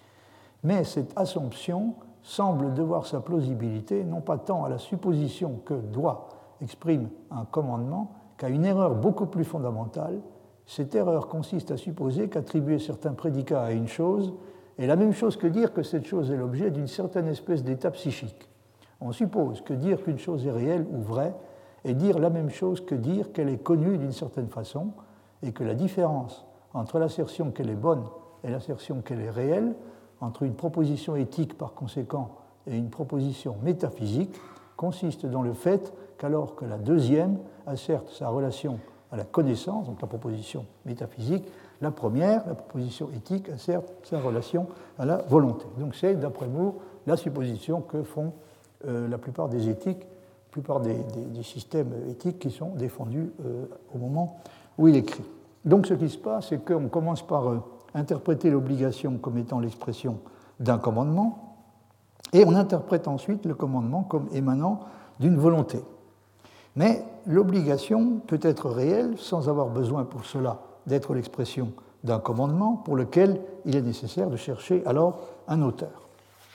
Mais cette assomption semble devoir sa plausibilité non pas tant à la supposition que doit exprime un commandement qu'à une erreur beaucoup plus fondamentale. Cette erreur consiste à supposer qu'attribuer certains prédicats à une chose est la même chose que dire que cette chose est l'objet d'une certaine espèce d'état psychique. On suppose que dire qu'une chose est réelle ou vraie est dire la même chose que dire qu'elle est connue d'une certaine façon et que la différence entre l'assertion qu'elle est bonne et l'assertion qu'elle est réelle, entre une proposition éthique par conséquent et une proposition métaphysique, consiste dans le fait qu'alors que la deuxième asserte sa relation à la connaissance, donc la proposition métaphysique, la première, la proposition éthique, asserte sa relation à la volonté. Donc c'est, d'après Moore, la supposition que font euh, la plupart des éthiques, la plupart des, des, des systèmes éthiques qui sont défendus euh, au moment où il écrit. Donc ce qui se passe, c'est qu'on commence par euh, interpréter l'obligation comme étant l'expression d'un commandement, et on interprète ensuite le commandement comme émanant d'une volonté. Mais l'obligation peut être réelle sans avoir besoin pour cela d'être l'expression d'un commandement pour lequel il est nécessaire de chercher alors un auteur.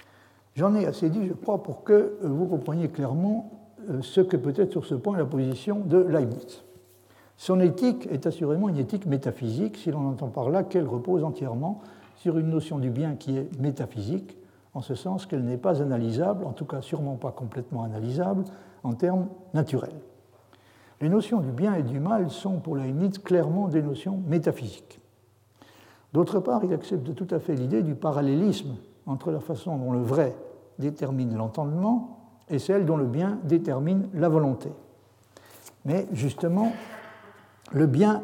J'en ai assez dit, je crois, pour que vous compreniez clairement ce que peut être sur ce point la position de Leibniz. Son éthique est assurément une éthique métaphysique, si l'on entend par là qu'elle repose entièrement sur une notion du bien qui est métaphysique, en ce sens qu'elle n'est pas analysable, en tout cas sûrement pas complètement analysable, en termes naturels. Les notions du bien et du mal sont pour Leibniz clairement des notions métaphysiques. D'autre part, il accepte tout à fait l'idée du parallélisme entre la façon dont le vrai détermine l'entendement et celle dont le bien détermine la volonté. Mais justement, le bien,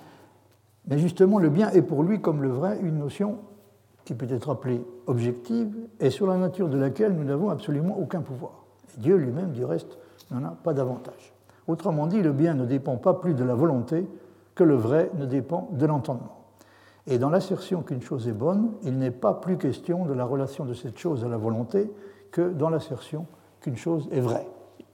mais justement, le bien est pour lui, comme le vrai, une notion qui peut être appelée objective et sur la nature de laquelle nous n'avons absolument aucun pouvoir. Et Dieu lui-même, du reste, n'en a pas davantage. Autrement dit, le bien ne dépend pas plus de la volonté que le vrai ne dépend de l'entendement. Et dans l'assertion qu'une chose est bonne, il n'est pas plus question de la relation de cette chose à la volonté que dans l'assertion qu'une chose est vraie.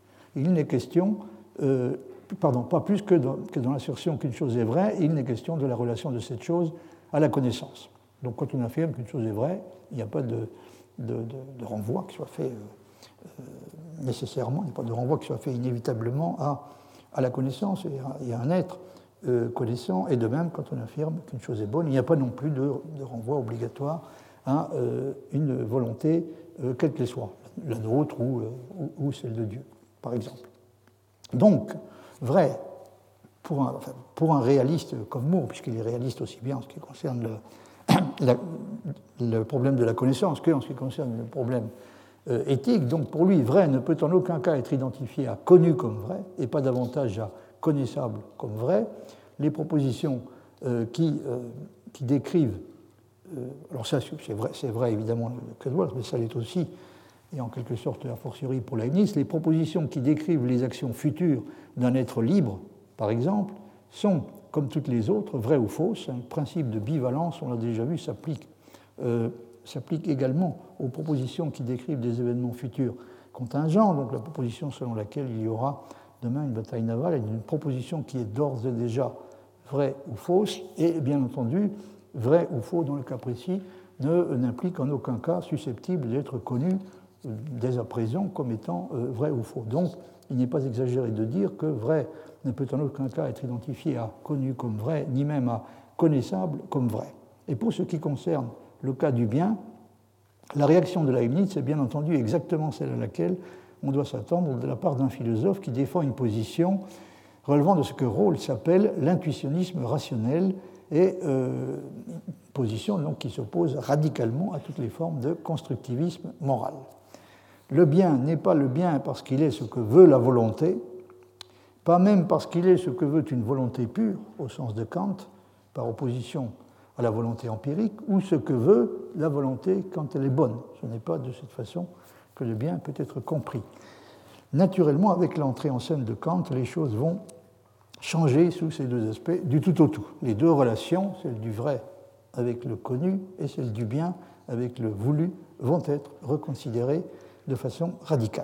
Il n'est question, euh, pardon, pas plus que dans, que dans l'assertion qu'une chose est vraie, il n'est question de la relation de cette chose à la connaissance. Donc quand on affirme qu'une chose est vraie, il n'y a pas de, de, de, de renvoi qui soit fait euh, euh, nécessairement, il n'y a pas de renvoi qui soit fait inévitablement à, à la connaissance et à, et à un être euh, connaissant. Et de même, quand on affirme qu'une chose est bonne, il n'y a pas non plus de, de renvoi obligatoire à euh, une volonté, euh, quelle qu'elle soit, la nôtre ou, euh, ou, ou celle de Dieu, par exemple. Donc, vrai, pour un, enfin, pour un réaliste comme mot, puisqu'il est réaliste aussi bien en ce qui concerne le, la, le problème de la connaissance qu'en ce qui concerne le problème euh, éthique, donc pour lui, vrai ne peut en aucun cas être identifié à connu comme vrai, et pas davantage à connaissable comme vrai. Les propositions euh, qui, euh, qui décrivent, euh, alors ça c'est vrai, c'est vrai évidemment que Walsh, mais ça l'est aussi, et en quelque sorte a fortiori pour Leibniz, les propositions qui décrivent les actions futures d'un être libre, par exemple, sont, comme toutes les autres, vraies ou fausses. Un principe de bivalence, on l'a déjà vu, s'applique, euh, s'applique également aux propositions qui décrivent des événements futurs contingents. Donc la proposition selon laquelle il y aura demain une bataille navale est une proposition qui est d'ores et déjà vraie ou fausse, et bien entendu, vrai ou faux dans le cas précis, ne, n'implique en aucun cas susceptible d'être connu dès à présent comme étant euh, vrai ou faux. Donc, il n'est pas exagéré de dire que vrai ne peut en aucun cas être identifié à connu comme vrai, ni même à connaissable comme vrai. Et pour ce qui concerne le cas du bien, la réaction de Leibniz est bien entendu exactement celle à laquelle on doit s'attendre de la part d'un philosophe qui défend une position relevant de ce que Rawls appelle l'intuitionnisme rationnel, et euh, une position donc, qui s'oppose radicalement à toutes les formes de constructivisme moral. Le bien n'est pas le bien parce qu'il est ce que veut la volonté, pas même parce qu'il est ce que veut une volonté pure, au sens de Kant, par opposition à la volonté empirique, ou ce que veut la volonté quand elle est bonne. Ce n'est pas de cette façon que le bien peut être compris. Naturellement, avec l'entrée en scène de Kant, les choses vont changer sous ces deux aspects du tout au tout. Les deux relations, celle du vrai avec le connu et celle du bien avec le voulu, vont être reconsidérées de façon radicale.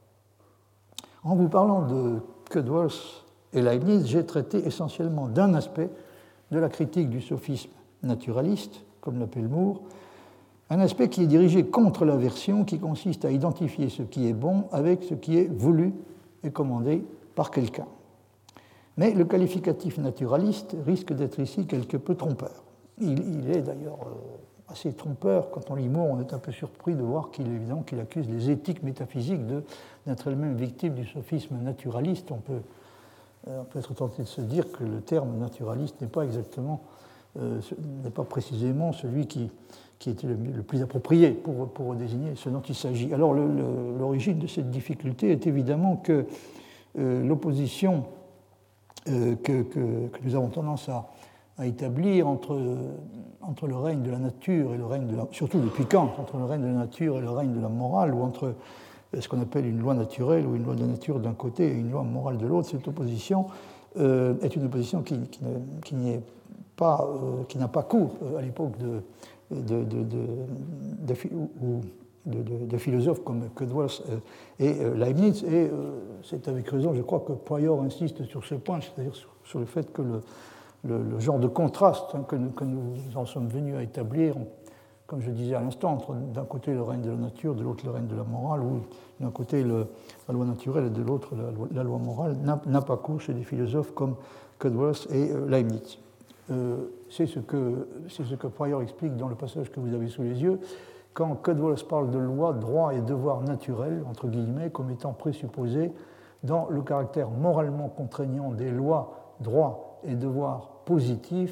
En vous parlant de Cudworth et Leibniz, j'ai traité essentiellement d'un aspect de la critique du sophisme naturaliste, comme l'appelle Moore, un aspect qui est dirigé contre l'aversion, qui consiste à identifier ce qui est bon avec ce qui est voulu et commandé par quelqu'un. Mais le qualificatif naturaliste risque d'être ici quelque peu trompeur. Il, il est d'ailleurs euh, assez trompeur. Quand on lit Moore, on est un peu surpris de voir qu'il est évident qu'il accuse les éthiques métaphysiques de, d'être elles-mêmes victimes du sophisme naturaliste. On peut, euh, on peut être tenté de se dire que le terme naturaliste n'est pas exactement, euh, n'est pas précisément celui qui, qui était le, le plus approprié pour, pour désigner ce dont il s'agit. Alors le, le, l'origine de cette difficulté est évidemment que euh, l'opposition euh, que, que, que nous avons tendance à à établir entre, entre le règne de la nature et le règne de la... surtout depuis Kant, entre le règne de la nature et le règne de la morale, ou entre ce qu'on appelle une loi naturelle ou une loi de la nature d'un côté et une loi morale de l'autre, cette opposition euh, est une opposition qui, qui, ne, qui, n'est pas, euh, qui n'a pas cours à l'époque de, de, de, de, de, ou de, de, de philosophes comme Cudworth et Leibniz, et euh, c'est avec raison, je crois que Prior insiste sur ce point, c'est-à-dire sur, sur le fait que le Le, le genre de contraste hein, que, nous, que nous en sommes venus à établir, comme je disais à l'instant, entre d'un côté le règne de la nature, de l'autre le règne de la morale, ou d'un côté le, la loi naturelle et de l'autre la, la loi morale, n'a, n'a pas cours chez des philosophes comme Cudworth et euh, Leibniz. Euh, c'est, ce que, c'est ce que Prior explique dans le passage que vous avez sous les yeux, quand Cudworth parle de loi, droit et devoir naturel, entre guillemets, comme étant présupposés dans le caractère moralement contraignant des lois, droits et devoirs positifs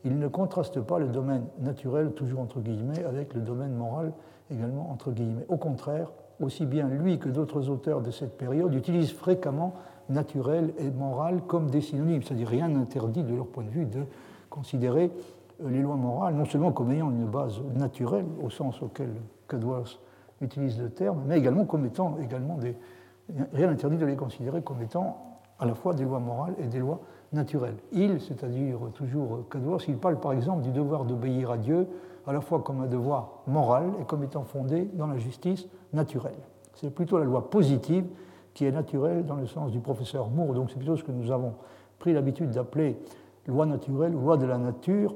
il ne contraste pas le domaine naturel, toujours entre guillemets, avec le domaine moral, également entre guillemets. Au contraire, aussi bien lui que d'autres auteurs de cette période utilisent fréquemment naturel et moral comme des synonymes, c'est-à-dire rien n'interdit de leur point de vue de considérer les lois morales non seulement comme ayant une base naturelle, au sens auquel Cudworth utilise le terme, mais également comme étant également des... rien n'interdit de les considérer comme étant à la fois des lois morales et des lois naturelles. Il, c'est-à-dire toujours Cudworth, il parle par exemple du devoir d'obéir à Dieu à la fois comme un devoir moral et comme étant fondé dans la justice naturelle. C'est plutôt la loi positive qui est naturelle dans le sens du professeur Moore, donc c'est plutôt ce que nous avons pris l'habitude d'appeler loi naturelle, loi de la nature,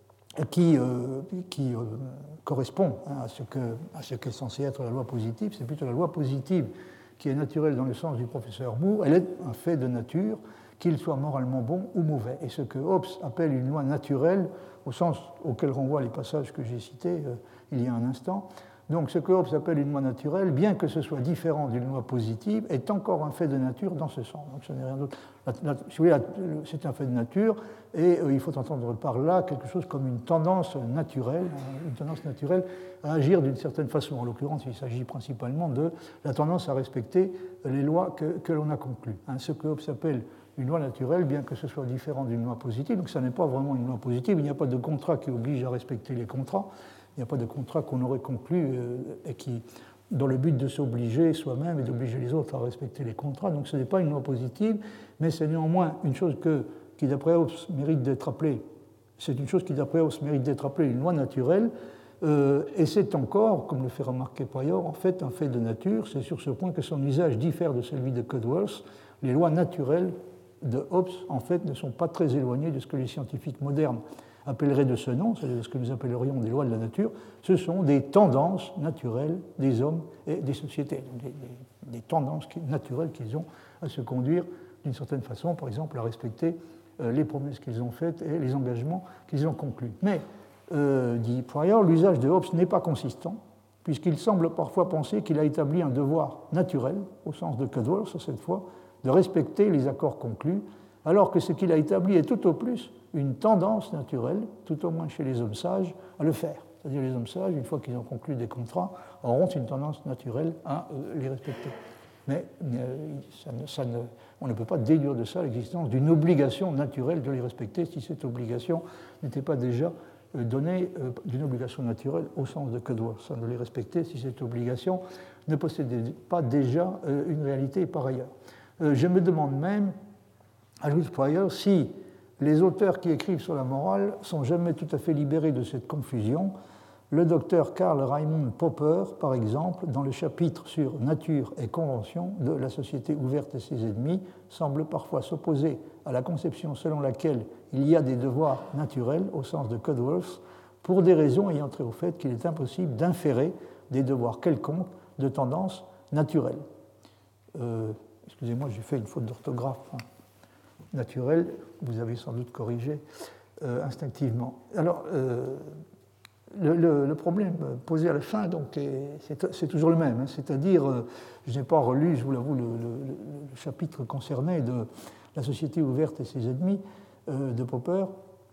qui, euh, qui euh, correspond hein, à ce que, à ce qu'est censé être la loi positive. C'est plutôt la loi positive qui est naturelle dans le sens du professeur Moore. Elle est un fait de nature, qu'il soit moralement bon ou mauvais. Et ce que Hobbes appelle une loi naturelle, au sens auquel renvoient les passages que j'ai cités euh, il y a un instant, donc ce que Hobbes appelle une loi naturelle, bien que ce soit différent d'une loi positive, est encore un fait de nature dans ce sens. Donc ce n'est rien d'autre. C'est un fait de nature, et euh, il faut entendre par là quelque chose comme une tendance naturelle, une tendance naturelle à agir d'une certaine façon. En l'occurrence, il s'agit principalement de la tendance à respecter les lois que, que l'on a conclues. Hein, ce que Hobbes appelle une loi naturelle, bien que ce soit différent d'une loi positive, donc ça n'est pas vraiment une loi positive, il n'y a pas de contrat qui oblige à respecter les contrats. Il n'y a pas de contrat qu'on aurait conclu euh, et qui, dans le but de s'obliger soi-même et d'obliger les autres à respecter les contrats. Donc ce n'est pas une loi positive, mais c'est néanmoins une chose que, qui, d'après Hobbes, mérite d'être appelée. C'est une chose qui, d'après Hobbes, mérite d'être appelée une loi naturelle. Euh, et c'est encore, comme le fait remarquer Prior, en fait un fait de nature. C'est sur ce point que son usage diffère de celui de Cudworth. Les lois naturelles de Hobbes, en fait, ne sont pas très éloignées de ce que les scientifiques modernes appelleraient de ce nom, c'est-à-dire ce que nous appellerions des lois de la nature. Ce sont des tendances naturelles des hommes et des sociétés, des, des, des tendances naturelles qu'ils ont à se conduire d'une certaine façon, par exemple à respecter euh, les promesses qu'ils ont faites et les engagements qu'ils ont conclus. Mais, euh, dit Prior, l'usage de Hobbes n'est pas consistant, puisqu'il semble parfois penser qu'il a établi un devoir naturel, au sens de Cudworth cette fois, de respecter les accords conclus, alors que ce qu'il a établi est tout au plus une tendance naturelle, tout au moins chez les hommes sages, à le faire. C'est-à-dire les hommes sages, une fois qu'ils ont conclu des contrats, auront une tendance naturelle à les respecter. Mais ça ne, ça ne, on ne peut pas déduire de ça l'existence d'une obligation naturelle de les respecter si cette obligation n'était pas déjà donnée d'une obligation naturelle au sens de Cudworth. Ça de les respecter si cette obligation ne possédait pas déjà une réalité par ailleurs. Je me demande même, ajoute Prior, si les auteurs qui écrivent sur la morale sont jamais tout à fait libérés de cette confusion. Le docteur Karl Raimund Popper, par exemple, dans le chapitre sur Nature et convention de La société ouverte et ses ennemis, semble parfois s'opposer à la conception selon laquelle il y a des devoirs naturels, au sens de Cudworth, pour des raisons ayant trait au fait qu'il est impossible d'inférer des devoirs quelconques de tendance naturelle. Euh, excusez-moi, j'ai fait une faute d'orthographe. Hein. Naturel, vous avez sans doute corrigé euh, instinctivement. Alors, euh, le, le, le problème posé à la fin, donc, c'est toujours le même, hein, c'est-à-dire, euh, je n'ai pas relu, je vous l'avoue, le, le, le chapitre concerné de La société ouverte et ses ennemis euh, de Popper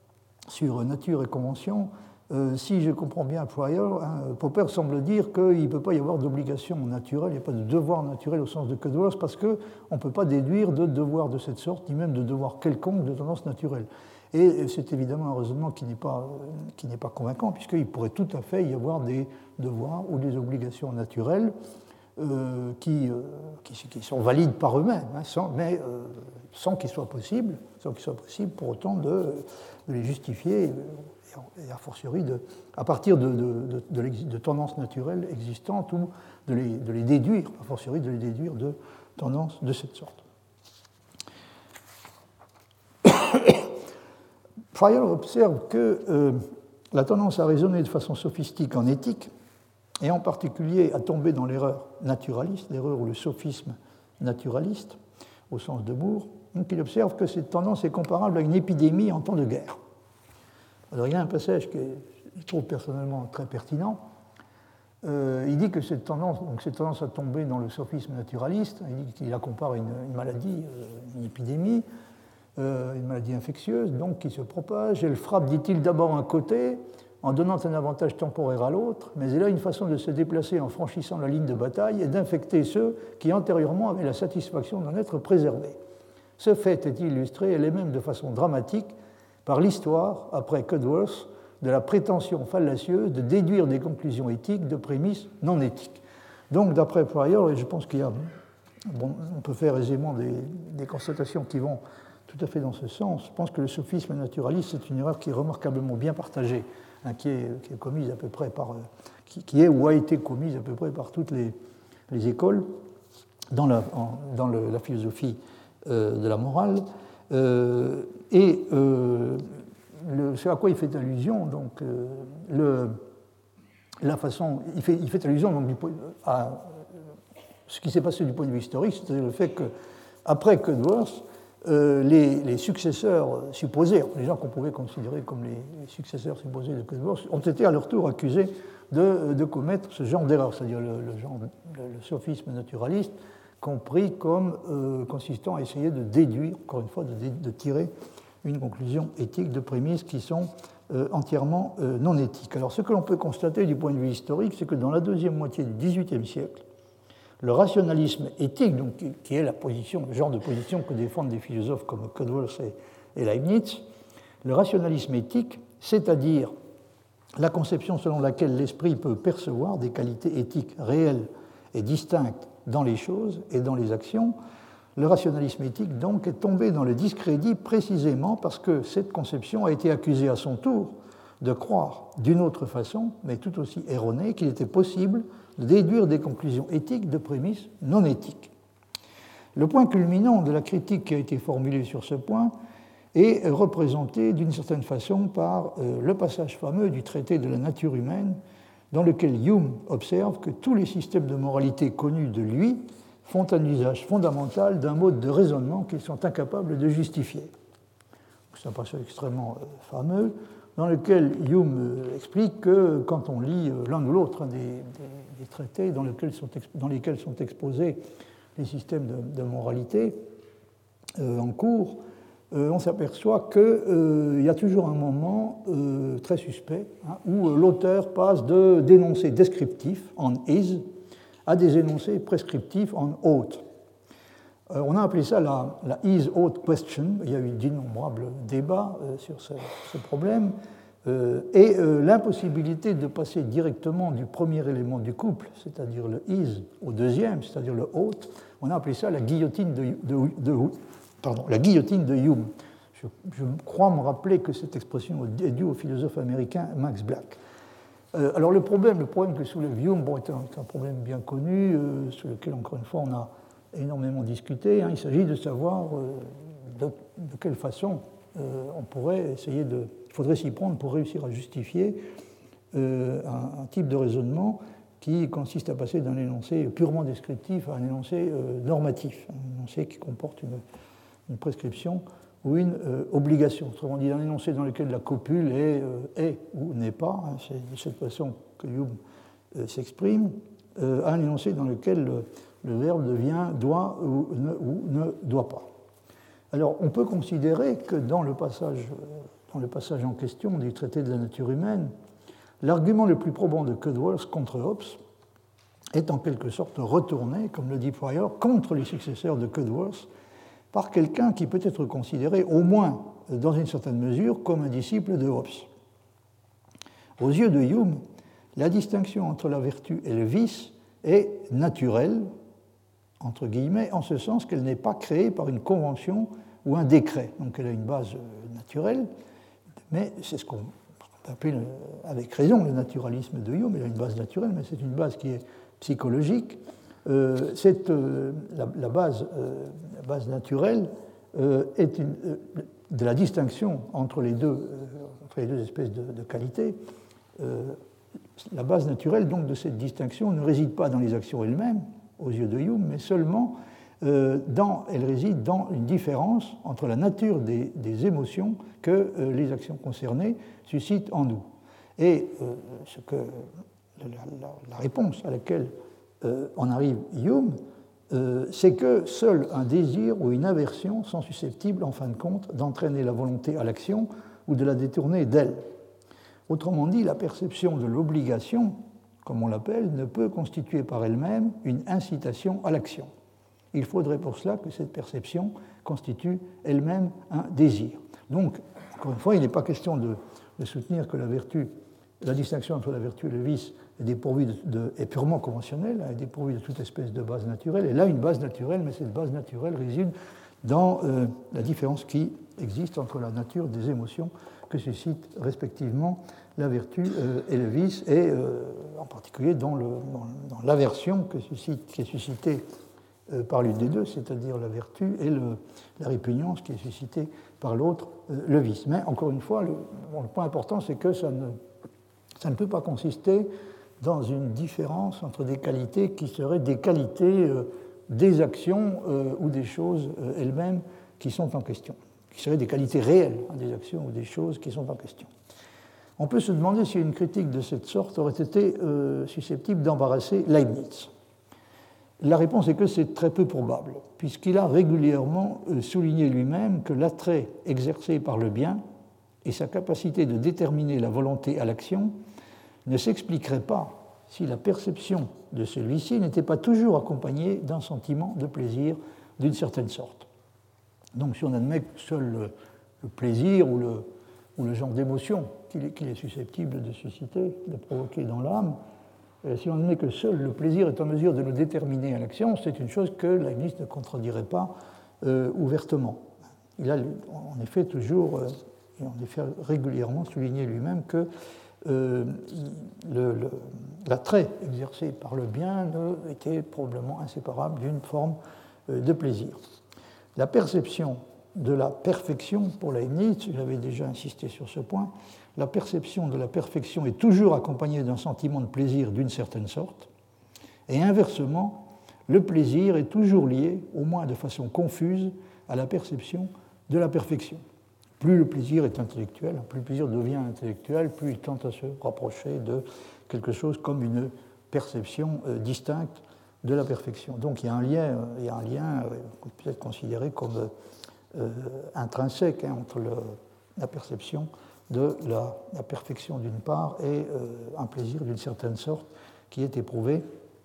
sur nature et convention. Euh, si je comprends bien Prior, hein, Popper semble dire qu'il ne peut pas y avoir d'obligation naturelle, il n'y a pas de devoir naturel au sens de Cudworth, parce qu'on ne peut pas déduire de devoir de cette sorte, ni même de devoir quelconque de tendance naturelle. Et c'est évidemment un raisonnement qui n'est pas, qui n'est pas convaincant, puisqu'il pourrait tout à fait y avoir des devoirs ou des obligations naturelles euh, qui, euh, qui, qui sont valides par eux-mêmes, hein, sans, mais euh, sans qu'il soit possible, sans qu'il soit possible pour autant de, de les justifier. Et a fortiori de, à partir de, de, de, de tendances naturelles existantes ou de les, de les déduire, a fortiori de les déduire de tendances de cette sorte. Prior observe que euh, la tendance à raisonner de façon sophistique en éthique, et en particulier à tomber dans l'erreur naturaliste, l'erreur ou le sophisme naturaliste, au sens de Moore, donc il observe que cette tendance est comparable à une épidémie en temps de guerre. Alors, il y a un passage que je trouve personnellement très pertinent. Euh, il dit que cette tendance, donc cette tendance à tomber dans le sophisme naturaliste, il dit qu'il la compare à une, une maladie, une épidémie, euh, une maladie infectieuse, donc qui se propage. Elle frappe, dit-il, d'abord un côté, en donnant un avantage temporaire à l'autre, mais elle a une façon de se déplacer en franchissant la ligne de bataille et d'infecter ceux qui antérieurement avaient la satisfaction d'en être préservés. Ce fait est illustré, elle est même de façon dramatique, par l'histoire, après Cudworth, de la prétention fallacieuse de déduire des conclusions éthiques de prémices non éthiques. Donc, d'après Pryor, et je pense qu'il y a, bon, on peut faire aisément des, des constatations qui vont tout à fait dans ce sens. Je pense que le sophisme naturaliste, c'est une erreur qui est remarquablement bien partagée, hein, qui, est, qui est commise à peu près par, qui, qui est ou a été commise à peu près par toutes les, les écoles dans la, en, dans le, la philosophie euh, de la morale. Euh, et euh, le, ce à quoi il fait allusion, donc, euh, le, la façon, il fait, il fait allusion donc, du, à ce qui s'est passé du point de vue historique, c'est-à-dire le fait qu'après Cudworth, euh, les, les successeurs supposés, les gens qu'on pouvait considérer comme les, les successeurs supposés de Cudworth, ont été à leur tour accusés de, de commettre ce genre d'erreur, c'est-à-dire le, le, genre, le, le sophisme naturaliste, compris comme euh, consistant à essayer de déduire, encore une fois, de, de tirer une conclusion éthique de prémices qui sont euh, entièrement euh, non éthiques. Alors, ce que l'on peut constater du point de vue historique, c'est que dans la deuxième moitié du dix-huitième siècle, le rationalisme éthique, donc, qui est la position, le genre de position que défendent des philosophes comme Cudworth et, et Leibniz, le rationalisme éthique, c'est-à-dire la conception selon laquelle l'esprit peut percevoir des qualités éthiques réelles et distinctes dans les choses et dans les actions, le rationalisme éthique, donc, est tombé dans le discrédit précisément parce que cette conception a été accusée à son tour de croire d'une autre façon, mais tout aussi erronée, qu'il était possible de déduire des conclusions éthiques de prémices non éthiques. Le point culminant de la critique qui a été formulée sur ce point est représenté d'une certaine façon par euh, le passage fameux du traité de la nature humaine, dans lequel Hume observe que tous les systèmes de moralité connus de lui font un usage fondamental d'un mode de raisonnement qu'ils sont incapables de justifier. C'est un passage extrêmement euh, fameux, dans lequel Hume euh, explique que quand on lit euh, l'un ou l'autre des, des, des traités dans lesquels sont, dans lesquels sont exposés les systèmes de, de moralité euh, en cours, euh, on s'aperçoit qu'il euh, y a toujours un moment euh, très suspect, hein, où euh, l'auteur passe de d'énoncés descriptifs en is à des énoncés prescriptifs en ought. Euh, on a appelé ça la, la is-ought question. Il y a eu d'innombrables débats euh, sur ce, ce problème. Euh, et euh, l'impossibilité de passer directement du premier élément du couple, c'est-à-dire le is, au deuxième, c'est-à-dire le ought, on a appelé ça la guillotine de, de, de, pardon, la guillotine de Hume. Je, je crois me rappeler que cette expression est due au philosophe américain Max Black. Euh, alors le problème, le problème que soulève Hume, bon, est, un, est un problème bien connu, euh, sur lequel, encore une fois, on a énormément discuté. Hein. Il s'agit de savoir euh, de, de quelle façon euh, on pourrait essayer de... Il faudrait s'y prendre pour réussir à justifier euh, un, un type de raisonnement qui consiste à passer d'un énoncé purement descriptif à un énoncé euh, normatif, un énoncé qui comporte une, une prescription ou une euh, obligation. Autrement dit, un énoncé dans lequel la copule est, euh, est ou n'est pas, hein, c'est de cette façon que Hume euh, s'exprime, euh, un énoncé dans lequel le, le verbe devient doit ou ne, ou ne doit pas. Alors, on peut considérer que dans le passage, dans le passage en question du traité de la nature humaine, l'argument le plus probant de Cudworth contre Hobbes est en quelque sorte retourné, comme le dit Pryor, contre les successeurs de Cudworth, par quelqu'un qui peut être considéré, au moins dans une certaine mesure, comme un disciple de Hobbes. Aux yeux de Hume, la distinction entre la vertu et le vice est naturelle, entre guillemets, en ce sens qu'elle n'est pas créée par une convention ou un décret. Donc elle a une base naturelle, mais c'est ce qu'on appelle avec raison le naturalisme de Hume. Elle a une base naturelle, mais c'est une base qui est psychologique. Euh, cette, euh, la, la, base, euh, la base naturelle euh, est une, euh, de la distinction entre les deux, euh, entre les deux espèces de, de qualités. Euh, la base naturelle donc de cette distinction ne réside pas dans les actions elles-mêmes, aux yeux de Hume, mais seulement euh, dans, elle réside dans une différence entre la nature des, des émotions que euh, les actions concernées suscitent en nous. Et euh, ce que, la, la, la réponse à laquelle Euh, on arrive Hume euh, c'est que seul un désir ou une aversion sont susceptibles, en fin de compte, d'entraîner la volonté à l'action ou de la détourner d'elle. Autrement dit, la perception de l'obligation, comme on l'appelle, ne peut constituer par elle-même une incitation à l'action. Il faudrait pour cela que cette perception constitue elle-même un désir. Donc, encore une fois, il n'est pas question de, de soutenir que la vertu, la distinction entre la vertu et le vice est, dépourvue de, de, est purement conventionnelle, est dépourvue de toute espèce de base naturelle. Elle a une base naturelle, mais cette base naturelle réside dans euh, la différence qui existe entre la nature des émotions que suscitent respectivement la vertu euh, et le vice, et euh, en particulier dans, le, dans, dans l'aversion que suscite, qui est suscitée euh, par l'une des deux, c'est-à-dire la vertu, et le, la répugnance qui est suscitée par l'autre, euh, le vice. Mais encore une fois, le, bon, le point important, c'est que ça ne, ça ne peut pas consister dans une différence entre des qualités qui seraient des qualités euh, des actions euh, ou des choses euh, elles-mêmes qui sont en question, qui seraient des qualités réelles hein, des actions ou des choses qui sont en question. On peut se demander si une critique de cette sorte aurait été euh, susceptible d'embarrasser Leibniz. La réponse est que c'est très peu probable, puisqu'il a régulièrement euh, souligné lui-même que l'attrait exercé par le bien et sa capacité de déterminer la volonté à l'action ne s'expliqueraient pas si la perception de celui-ci n'était pas toujours accompagnée d'un sentiment de plaisir d'une certaine sorte. Donc si on admet que seul le, le plaisir ou le, ou le genre d'émotion qu'il est, qu'il est susceptible de susciter, de provoquer dans l'âme, euh, si on admet que seul le plaisir est en mesure de nous déterminer à l'action, c'est une chose que Leibniz ne contredirait pas euh, ouvertement. Il a en effet toujours, euh, et en effet régulièrement souligné lui-même que euh, le, le, l'attrait exercé par le bien ne, était probablement inséparable d'une forme euh, de plaisir. La perception de la perfection pour Leibniz, j'avais déjà insisté sur ce point, la perception de la perfection est toujours accompagnée d'un sentiment de plaisir d'une certaine sorte, et inversement, le plaisir est toujours lié, au moins de façon confuse, à la perception de la perfection. Plus le plaisir est intellectuel, plus le plaisir devient intellectuel, plus il tente à se rapprocher de quelque chose comme une perception euh, distincte de la perfection. Donc il y a un lien, il y a un lien euh, qu'on peut être considéré comme euh, intrinsèque hein, entre le, la perception de la, la perfection d'une part et euh, un plaisir d'une certaine sorte qui est éprouvé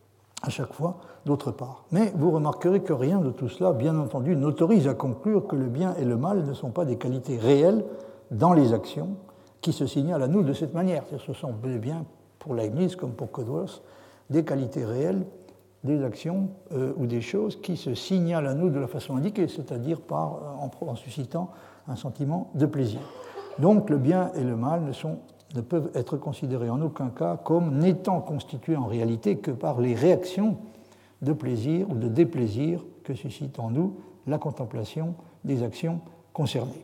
à chaque fois d'autre part. Mais vous remarquerez que rien de tout cela, bien entendu, n'autorise à conclure que le bien et le mal ne sont pas des qualités réelles dans les actions qui se signalent à nous de cette manière. Ce sont bel et bien, pour Leibniz comme pour Cudworth, des qualités réelles des actions euh, ou des choses qui se signalent à nous de la façon indiquée, c'est-à-dire par, en, en suscitant un sentiment de plaisir. Donc le bien et le mal ne, sont, ne peuvent être considérés en aucun cas comme n'étant constitués en réalité que par les réactions de plaisir ou de déplaisir que suscite en nous la contemplation des actions concernées.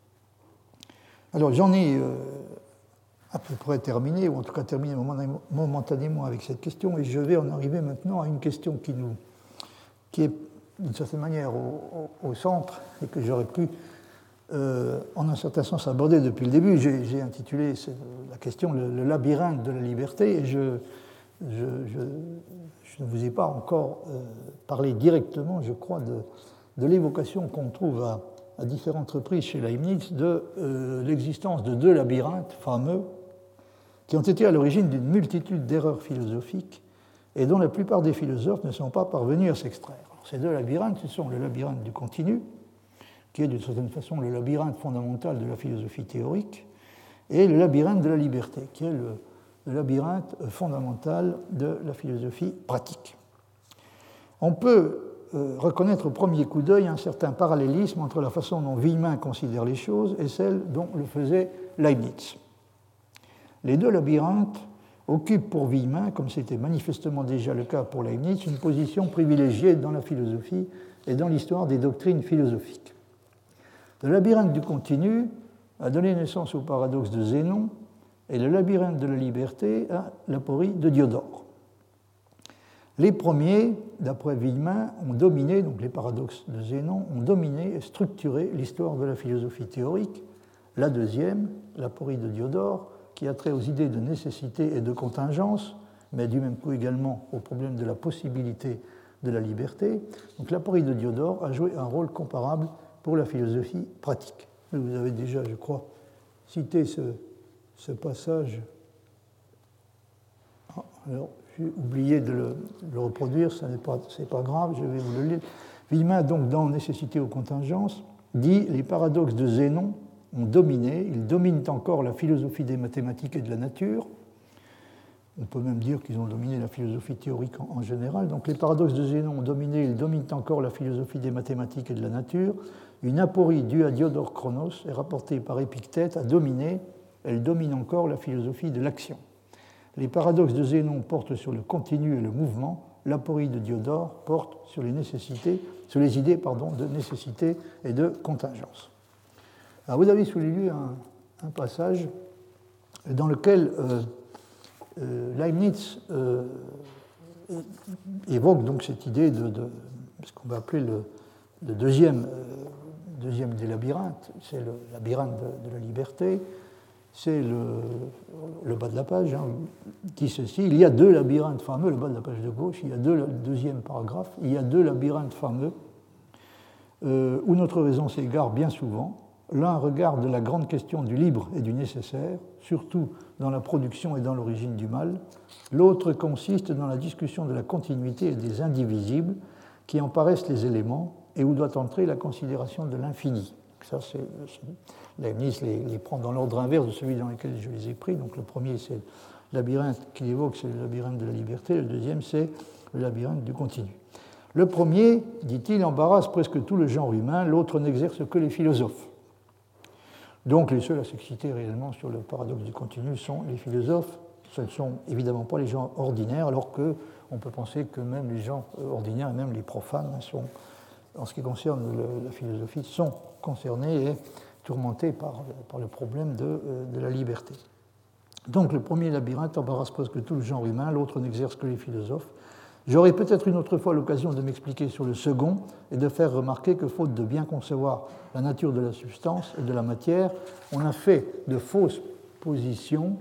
Alors j'en ai euh, à peu près terminé, ou en tout cas terminé momentanément avec cette question, et je vais en arriver maintenant à une question qui, nous, qui est d'une certaine manière au, au, au centre et que j'aurais pu euh, en un certain sens aborder depuis le début. J'ai, j'ai intitulé la question le, le labyrinthe de la liberté, et je, je, je, je ne vous ai pas encore euh, parlé directement, je crois, de, de l'évocation qu'on trouve à, à différentes reprises chez Leibniz de euh, l'existence de deux labyrinthes fameux qui ont été à l'origine d'une multitude d'erreurs philosophiques et dont la plupart des philosophes ne sont pas parvenus à s'extraire. Alors, ces deux labyrinthes, ce sont le labyrinthe du continu, qui est d'une certaine façon le labyrinthe fondamental de la philosophie théorique, et le labyrinthe de la liberté, qui est le, le labyrinthe fondamental de la philosophie pratique. On peut euh, reconnaître au premier coup d'œil un certain parallélisme entre la façon dont Villemin considère les choses et celle dont le faisait Leibniz. Les deux labyrinthes occupent pour Villemin, comme c'était manifestement déjà le cas pour Leibniz, une position privilégiée dans la philosophie et dans l'histoire des doctrines philosophiques. Le labyrinthe du continu a donné naissance au paradoxe de Zénon et le labyrinthe de la liberté à l'aporie de Diodore. Les premiers, d'après Villemin, ont dominé, donc les paradoxes de Zénon, ont dominé et structuré l'histoire de la philosophie théorique. La deuxième, l'aporie de Diodore, qui a trait aux idées de nécessité et de contingence, mais du même coup également au problème de la possibilité de la liberté. Donc l'aporie de Diodore a joué un rôle comparable pour la philosophie pratique. Vous avez déjà, je crois, cité ce, ce passage. Ah, alors, j'ai oublié de le, de le reproduire, ce n'est pas, c'est pas grave, je vais vous le lire. Villemin, donc, dans Nécessité aux contingences, dit « Les paradoxes de Zénon ont dominé, ils dominent encore la philosophie des mathématiques et de la nature. » On peut même dire qu'ils ont dominé la philosophie théorique en, en général. Donc les paradoxes de Zénon ont dominé, ils dominent encore la philosophie des mathématiques et de la nature. Une aporie due à Diodore Chronos est rapportée par Épictète à dominer, elle domine encore la philosophie de l'action. Les paradoxes de Zénon portent sur le continu et le mouvement, l'aporie de Diodore porte sur les nécessités, sur les idées pardon, de nécessité et de contingence. Alors vous avez souligné un, un passage dans lequel euh, euh, Leibniz euh, évoque donc cette idée de, de ce qu'on va appeler le, le deuxième, euh, deuxième des labyrinthes, c'est le labyrinthe de, de la liberté. C'est le, le bas de la page, hein, dit ceci. Il y a deux labyrinthes fameux, le bas de la page de gauche, il y a deux, le deuxième paragraphe, il y a deux labyrinthes fameux euh, où notre raison s'égare bien souvent. L'un regarde la grande question du libre et du nécessaire, surtout dans la production et dans l'origine du mal. L'autre consiste dans la discussion de la continuité et des indivisibles qui en paraissent les éléments et où doit entrer la considération de l'infini. Ça, c'est, Leibniz les, les prend dans l'ordre inverse de celui dans lequel je les ai pris. Donc le premier, c'est le labyrinthe qu'il évoque, c'est le labyrinthe de la liberté. Le deuxième, c'est le labyrinthe du continu. Le premier, dit-il, embarrasse presque tout le genre humain. L'autre n'exerce que les philosophes. Donc les seuls à s'exciter réellement sur le paradoxe du continu sont les philosophes. Ce ne sont évidemment pas les gens ordinaires, alors qu'on peut penser que même les gens ordinaires et même les profanes sont, en ce qui concerne le, la philosophie, sont concernés et tourmentés par, par le problème de, de la liberté. Donc le premier labyrinthe embarrasse presque tout le genre humain, l'autre n'exerce que les philosophes. J'aurai peut-être une autre fois l'occasion de m'expliquer sur le second et de faire remarquer que, faute de bien concevoir la nature de la substance et de la matière, on a fait de fausses positions,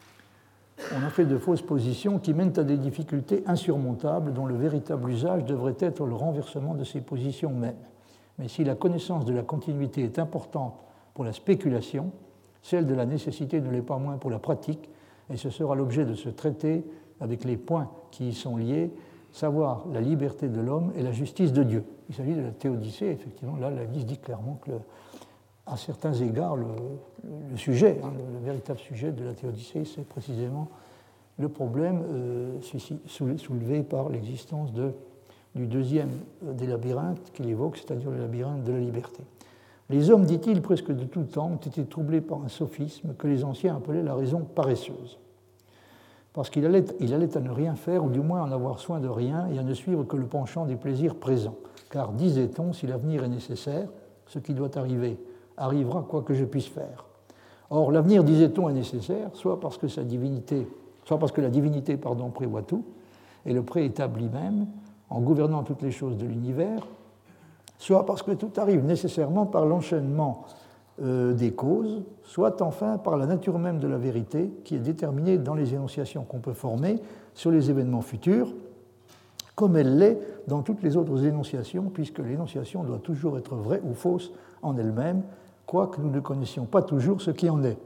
on a fait de fausses positions qui mènent à des difficultés insurmontables dont le véritable usage devrait être le renversement de ces positions mêmes. Mais si la connaissance de la continuité est importante pour la spéculation, celle de la nécessité ne l'est pas moins pour la pratique, et ce sera l'objet de ce traité avec les points qui y sont liés, savoir la liberté de l'homme et la justice de Dieu. Il s'agit de la théodicée, effectivement, là, Leibniz dit clairement que, le, à certains égards, le, le sujet, hein, le, le véritable sujet de la théodicée, c'est précisément le problème euh, soulevé par l'existence de du deuxième des labyrinthes qu'il évoque, c'est-à-dire le labyrinthe de la liberté. Les hommes, dit-il, presque de tout temps, ont été troublés par un sophisme que les anciens appelaient la raison paresseuse. Parce qu'il allait, il allait à ne rien faire, ou du moins à n'avoir soin de rien, et à ne suivre que le penchant des plaisirs présents. Car, disait-on, si l'avenir est nécessaire, ce qui doit arriver arrivera quoi que je puisse faire. Or, l'avenir, disait-on, est nécessaire, soit parce que sa divinité, soit parce que la divinité, pardon, prévoit tout, et le préétablit même, en gouvernant toutes les choses de l'univers, soit parce que tout arrive nécessairement par l'enchaînement euh, des causes, soit enfin par la nature même de la vérité qui est déterminée dans les énonciations qu'on peut former sur les événements futurs, comme elle l'est dans toutes les autres énonciations, puisque l'énonciation doit toujours être vraie ou fausse en elle-même, quoique nous ne connaissions pas toujours ce qui en est.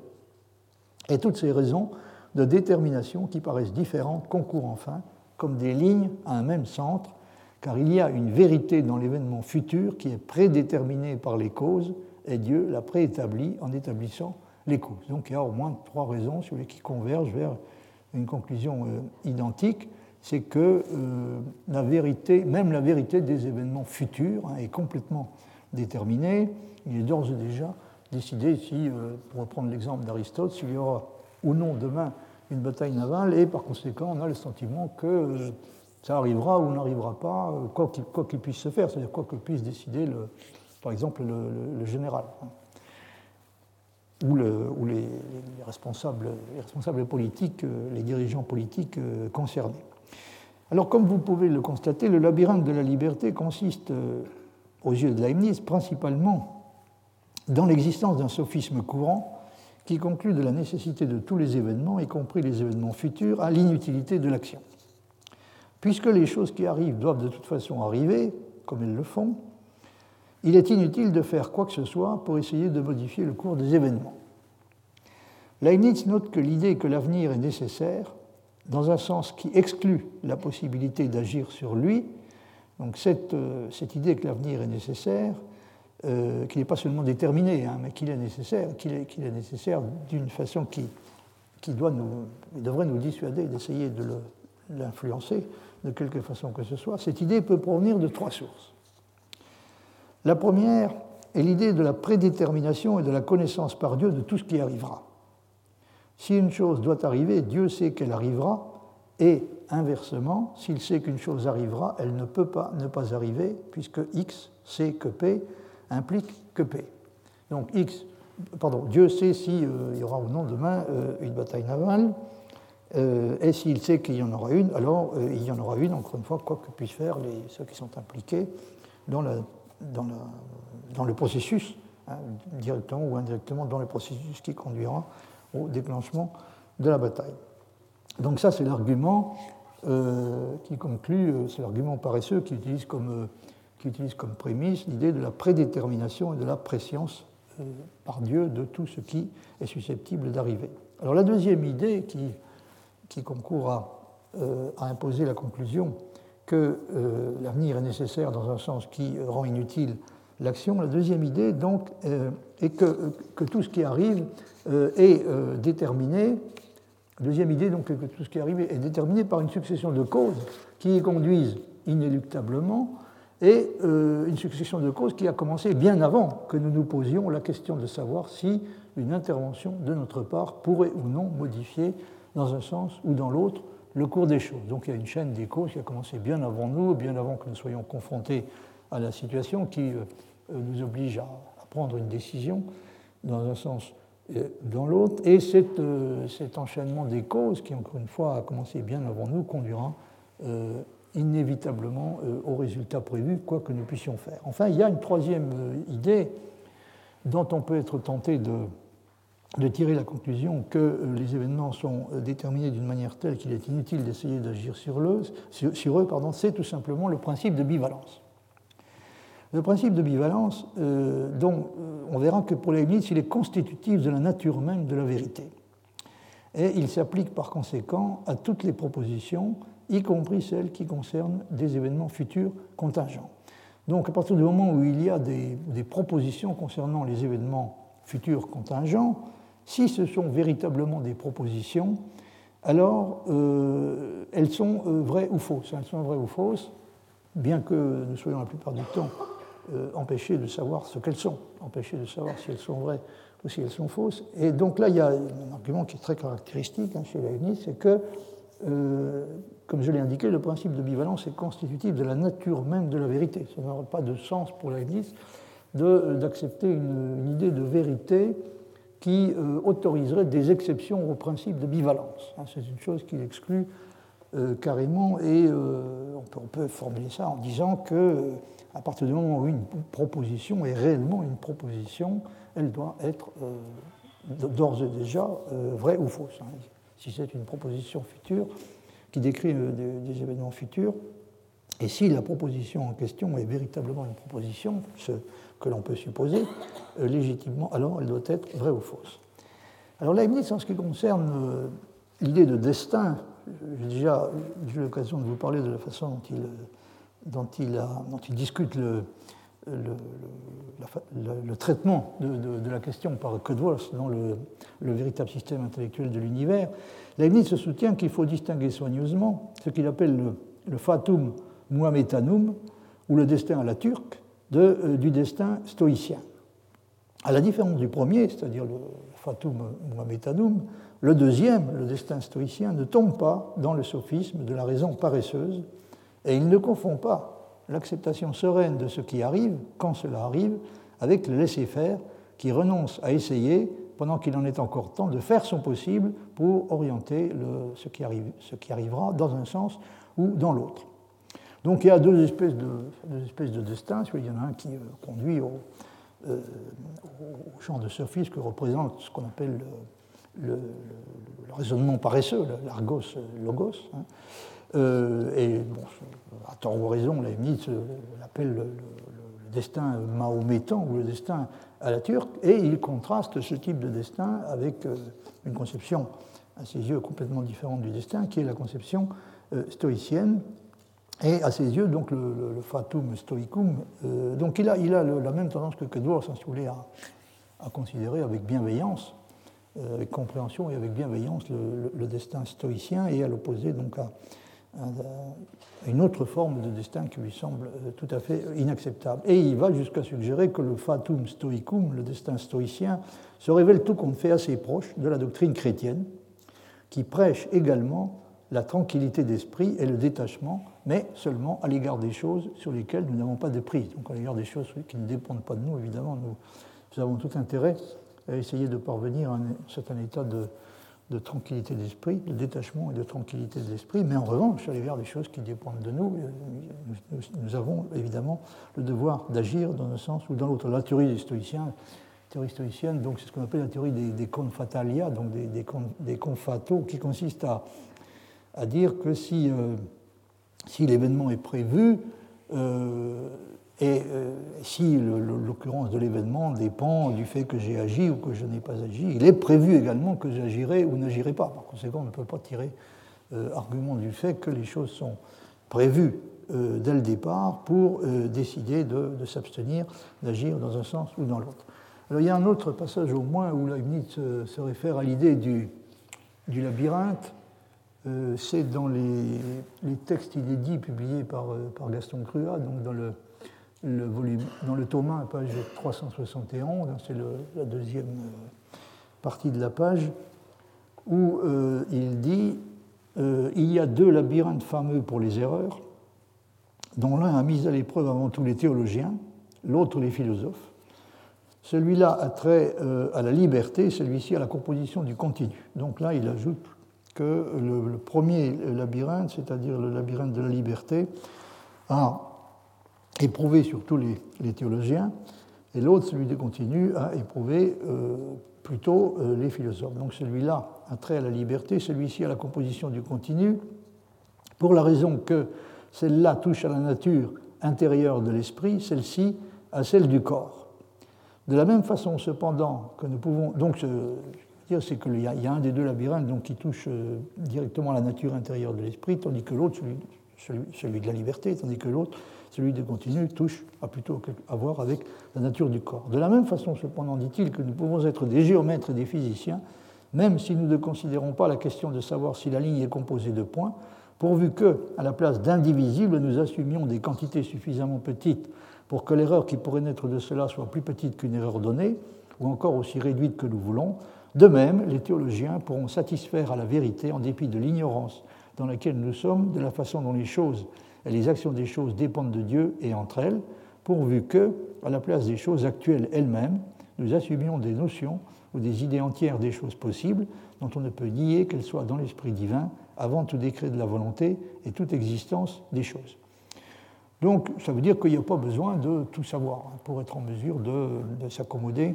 Et toutes ces raisons de détermination qui paraissent différentes concourent enfin comme des lignes à un même centre, car il y a une vérité dans l'événement futur qui est prédéterminée par les causes, et Dieu l'a préétablie en établissant les causes. Donc il y a au moins trois raisons sur les qui convergent vers une conclusion euh, identique, c'est que euh, la vérité, même la vérité des événements futurs, hein, est complètement déterminée. Il est d'ores et déjà décidé, si, euh, pour reprendre l'exemple d'Aristote, s'il y aura ou non demain une bataille navale, et par conséquent, on a le sentiment que euh, ça arrivera ou n'arrivera pas, euh, quoi qu'il quoi qu'il puisse se faire, c'est-à-dire quoi que puisse décider, le, par exemple, le, le, le général, hein, ou, le, ou les, les, responsables, les responsables politiques, euh, les dirigeants politiques euh, concernés. Alors, comme vous pouvez le constater, le labyrinthe de la liberté consiste, euh, aux yeux de Leibniz, principalement dans l'existence d'un sophisme courant qui conclut de la nécessité de tous les événements, y compris les événements futurs, à l'inutilité de l'action. Puisque les choses qui arrivent doivent de toute façon arriver, comme elles le font, il est inutile de faire quoi que ce soit pour essayer de modifier le cours des événements. Leibniz note que l'idée que l'avenir est nécessaire, dans un sens qui exclut la possibilité d'agir sur lui, donc cette, euh, cette idée que l'avenir est nécessaire, euh, qu'il n'est pas seulement déterminé, hein, mais qu'il est nécessaire, qu'il est, qu'il est nécessaire d'une façon qui, qui doit nous, devrait nous dissuader d'essayer de le, l'influencer de quelque façon que ce soit, cette idée peut provenir de trois sources. La première est l'idée de la prédétermination et de la connaissance par Dieu de tout ce qui arrivera. Si une chose doit arriver, Dieu sait qu'elle arrivera, et inversement, s'il sait qu'une chose arrivera, elle ne peut pas ne pas arriver, puisque X sait que P implique que P. Donc X, pardon, Dieu sait s'il euh, y aura ou non demain euh, une bataille navale, euh, et s'il sait qu'il y en aura une, alors euh, il y en aura une, encore une fois, quoi que puissent faire les, ceux qui sont impliqués dans, la, dans, la, dans le processus, hein, directement ou indirectement dans le processus qui conduira au déclenchement de la bataille. Donc ça, c'est l'argument euh, qui conclut, euh, c'est l'argument paresseux qui utilise comme, euh, qui utilise comme prémisse l'idée de la prédétermination et de la préscience euh, par Dieu de tout ce qui est susceptible d'arriver. Alors la deuxième idée qui, qui concourt à, euh, à imposer la conclusion que euh, l'avenir est nécessaire dans un sens qui rend inutile l'action, la deuxième idée donc euh, est que, que tout ce qui arrive euh, est euh, déterminé. La deuxième idée donc est que tout ce qui arrive est déterminé par une succession de causes qui y conduisent inéluctablement et euh, une succession de causes qui a commencé bien avant que nous nous posions la question de savoir si une intervention de notre part pourrait ou non modifier dans un sens ou dans l'autre le cours des choses. Donc il y a une chaîne des causes qui a commencé bien avant nous, bien avant que nous soyons confrontés à la situation qui euh, nous oblige à, à prendre une décision dans un sens ou dans l'autre. Et cette, euh, cet enchaînement des causes, qui encore une fois a commencé bien avant nous, conduira euh, inévitablement euh, au résultat prévu, quoi que nous puissions faire. Enfin, il y a une troisième euh, idée dont on peut être tenté de, de tirer la conclusion que euh, les événements sont euh, déterminés d'une manière telle qu'il est inutile d'essayer d'agir sur, le, sur, sur eux, pardon, c'est tout simplement le principe de bivalence. Le principe de bivalence, euh, dont euh, on verra que pour Leibniz, il est constitutif de la nature même de la vérité. Et il s'applique par conséquent à toutes les propositions, y compris celles qui concernent des événements futurs contingents. Donc à partir du moment où il y a des, des propositions concernant les événements futurs contingents, si ce sont véritablement des propositions, alors euh, elles sont euh, vraies ou fausses. Elles sont vraies ou fausses, bien que nous soyons la plupart du temps Euh, empêcher de savoir ce qu'elles sont, empêcher de savoir si elles sont vraies ou si elles sont fausses. Et donc là, il y a un argument qui est très caractéristique hein, chez Leibniz, c'est que, euh, comme je l'ai indiqué, le principe de bivalence est constitutif de la nature même de la vérité. Ça n'aurait pas de sens pour Leibniz de, d'accepter une, une idée de vérité qui euh, autoriserait des exceptions au principe de bivalence. Hein, c'est une chose qu'il exclut euh, carrément, et euh, on, peut, on peut formuler ça en disant que euh, à partir du moment où une proposition est réellement une proposition, elle doit être euh, d'ores et déjà euh, vraie ou fausse. Hein. Si c'est une proposition future qui décrit euh, des, des événements futurs, et si la proposition en question est véritablement une proposition, ce que l'on peut supposer euh, légitimement, alors elle doit être vraie ou fausse. Alors Leibniz, en ce qui concerne euh, l'idée de destin, j'ai déjà eu l'occasion de vous parler de la façon dont il... Dont il, a, dont il discute le, le, le, le traitement de, de, de la question par Cudworth dans le, le véritable système intellectuel de l'univers, Leibniz se soutient qu'il faut distinguer soigneusement ce qu'il appelle le, le fatum muhammedanum, ou le destin à la turque, de, euh, du destin stoïcien. À la différence du premier, c'est-à-dire le fatum muhammedanum, le deuxième, le destin stoïcien, ne tombe pas dans le sophisme de la raison paresseuse, et il ne confond pas l'acceptation sereine de ce qui arrive, quand cela arrive, avec le laisser-faire qui renonce à essayer, pendant qu'il en est encore temps, de faire son possible pour orienter le, ce, qui arrive, ce qui arrivera dans un sens ou dans l'autre. Donc il y a deux espèces de, deux espèces de destins. Il y en a un qui conduit au, euh, au champ de sophisme que représente ce qu'on appelle le, le, le, le raisonnement paresseux, l'argos logos, hein. Euh, et bon, à tort ou à raison, Leibniz l'appelle le, le, le destin mahométan ou le destin à la turque, et il contraste ce type de destin avec euh, une conception à ses yeux complètement différente du destin, qui est la conception euh, stoïcienne. Et à ses yeux, donc, le, le, le fatum stoicum, euh, donc il a, il a le, la même tendance que Kedworth, si vous voulez, à, à considérer avec bienveillance, euh, avec compréhension et avec bienveillance le, le, le destin stoïcien, et à l'opposer donc à, à, à une autre forme de destin qui lui semble euh, tout à fait inacceptable. Et il va jusqu'à suggérer que le fatum stoicum, le destin stoïcien, se révèle tout compte fait assez proche de la doctrine chrétienne, qui prêche également la tranquillité d'esprit et le détachement, mais seulement à l'égard des choses sur lesquelles nous n'avons pas de prise. Donc à l'égard des choses qui ne dépendent pas de nous, évidemment, nous, nous avons tout intérêt à essayer de parvenir à un certain état de, de tranquillité d'esprit, de détachement et de tranquillité de l'esprit, mais en revanche, à l'égard des choses qui dépendent de nous, nous, nous, nous avons évidemment le devoir d'agir dans un sens ou dans l'autre. La théorie des stoïciens, la théorie stoïcienne, donc c'est ce qu'on appelle la théorie des, des confatalia, donc des, des, des confato, qui consiste à à dire que si, euh, si l'événement est prévu, euh, et euh, si l'occurrence de l'événement dépend du fait que j'ai agi ou que je n'ai pas agi, il est prévu également que j'agirai ou n'agirai pas. Par conséquent, on ne peut pas tirer euh, argument du fait que les choses sont prévues euh, dès le départ pour euh, décider de, de s'abstenir d'agir dans un sens ou dans l'autre. Alors il y a un autre passage au moins où Leibniz se, se réfère à l'idée du, du labyrinthe. Euh, c'est dans les, les textes inédits publiés par, euh, par Gaston Crua, donc dans le, le, volume, dans le tome un, page trois cent soixante et onze, c'est le, la deuxième partie de la page, où euh, il dit euh, il y a deux labyrinthes fameux pour les erreurs, dont l'un a mis à l'épreuve avant tout les théologiens, l'autre les philosophes. Celui-là a trait euh, à la liberté, celui-ci à la composition du continu. Donc là, il ajoute que le, le premier labyrinthe, c'est-à-dire le labyrinthe de la liberté, a éprouvé surtout les, les théologiens, et l'autre, celui du continu, a éprouvé euh, plutôt euh, les philosophes. Donc celui-là a trait à la liberté, celui-ci à la composition du continu, pour la raison que celle-là touche à la nature intérieure de l'esprit, celle-ci à celle du corps. De la même façon, cependant, que nous pouvons... Donc, c'est qu'il y, y a un des deux labyrinthes donc, qui touche euh, directement à la nature intérieure de l'esprit, tandis que l'autre, celui, celui, celui de la liberté, tandis que l'autre, celui du continu, touche à plutôt à voir avec la nature du corps. De la même façon, cependant, dit-il que nous pouvons être des géomètres et des physiciens, même si nous ne considérons pas la question de savoir si la ligne est composée de points, pourvu que, à la place d'indivisibles, nous assumions des quantités suffisamment petites pour que l'erreur qui pourrait naître de cela soit plus petite qu'une erreur donnée, ou encore aussi réduite que nous voulons. De même, les théologiens pourront satisfaire à la vérité en dépit de l'ignorance dans laquelle nous sommes de la façon dont les choses et les actions des choses dépendent de Dieu et entre elles, pourvu que, à la place des choses actuelles elles-mêmes, nous assumions des notions ou des idées entières des choses possibles dont on ne peut nier qu'elles soient dans l'esprit divin avant tout décret de la volonté et toute existence des choses. Donc, ça veut dire qu'il n'y a pas besoin de tout savoir pour être en mesure de, de s'accommoder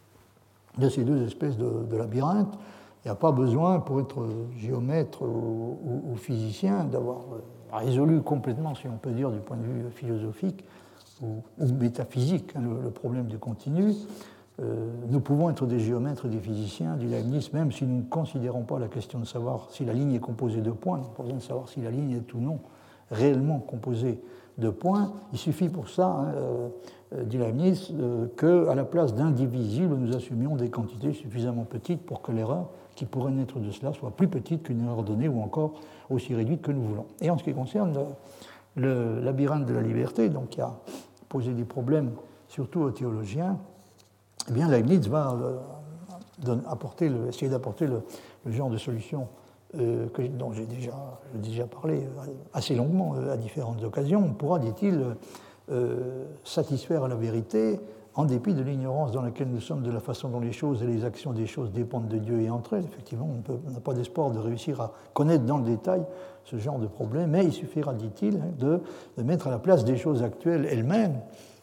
de ces deux espèces de, de labyrinthes. Il n'y a pas besoin, pour être géomètre ou, ou, ou physicien, d'avoir résolu complètement, si on peut dire, du point de vue philosophique ou, ou métaphysique, hein, le, le problème du continu. Euh, nous pouvons être des géomètres et des physiciens du Leibniz, même si nous ne considérons pas la question de savoir si la ligne est composée de points. Nous n'avons pas besoin de savoir si la ligne est ou non réellement composée de points. Il suffit pour ça, hein, euh, dit Leibniz, euh, qu'à la place d'indivisibles, nous assumions des quantités suffisamment petites pour que l'erreur qui pourrait naître de cela soit plus petite qu'une erreur donnée ou encore aussi réduite que nous voulons. Et en ce qui concerne le, le labyrinthe de la liberté, donc qui a posé des problèmes surtout aux théologiens, eh bien Leibniz va euh, apporter le, essayer d'apporter le, le genre de solution Euh, que, dont j'ai déjà, déjà parlé assez longuement euh, à différentes occasions. On pourra, dit-il, euh, satisfaire à la vérité en dépit de l'ignorance dans laquelle nous sommes de la façon dont les choses et les actions des choses dépendent de Dieu et entre elles. Effectivement, on n'a pas d'espoir de réussir à connaître dans le détail ce genre de problème, mais il suffira, dit-il, de, de mettre à la place des choses actuelles elles-mêmes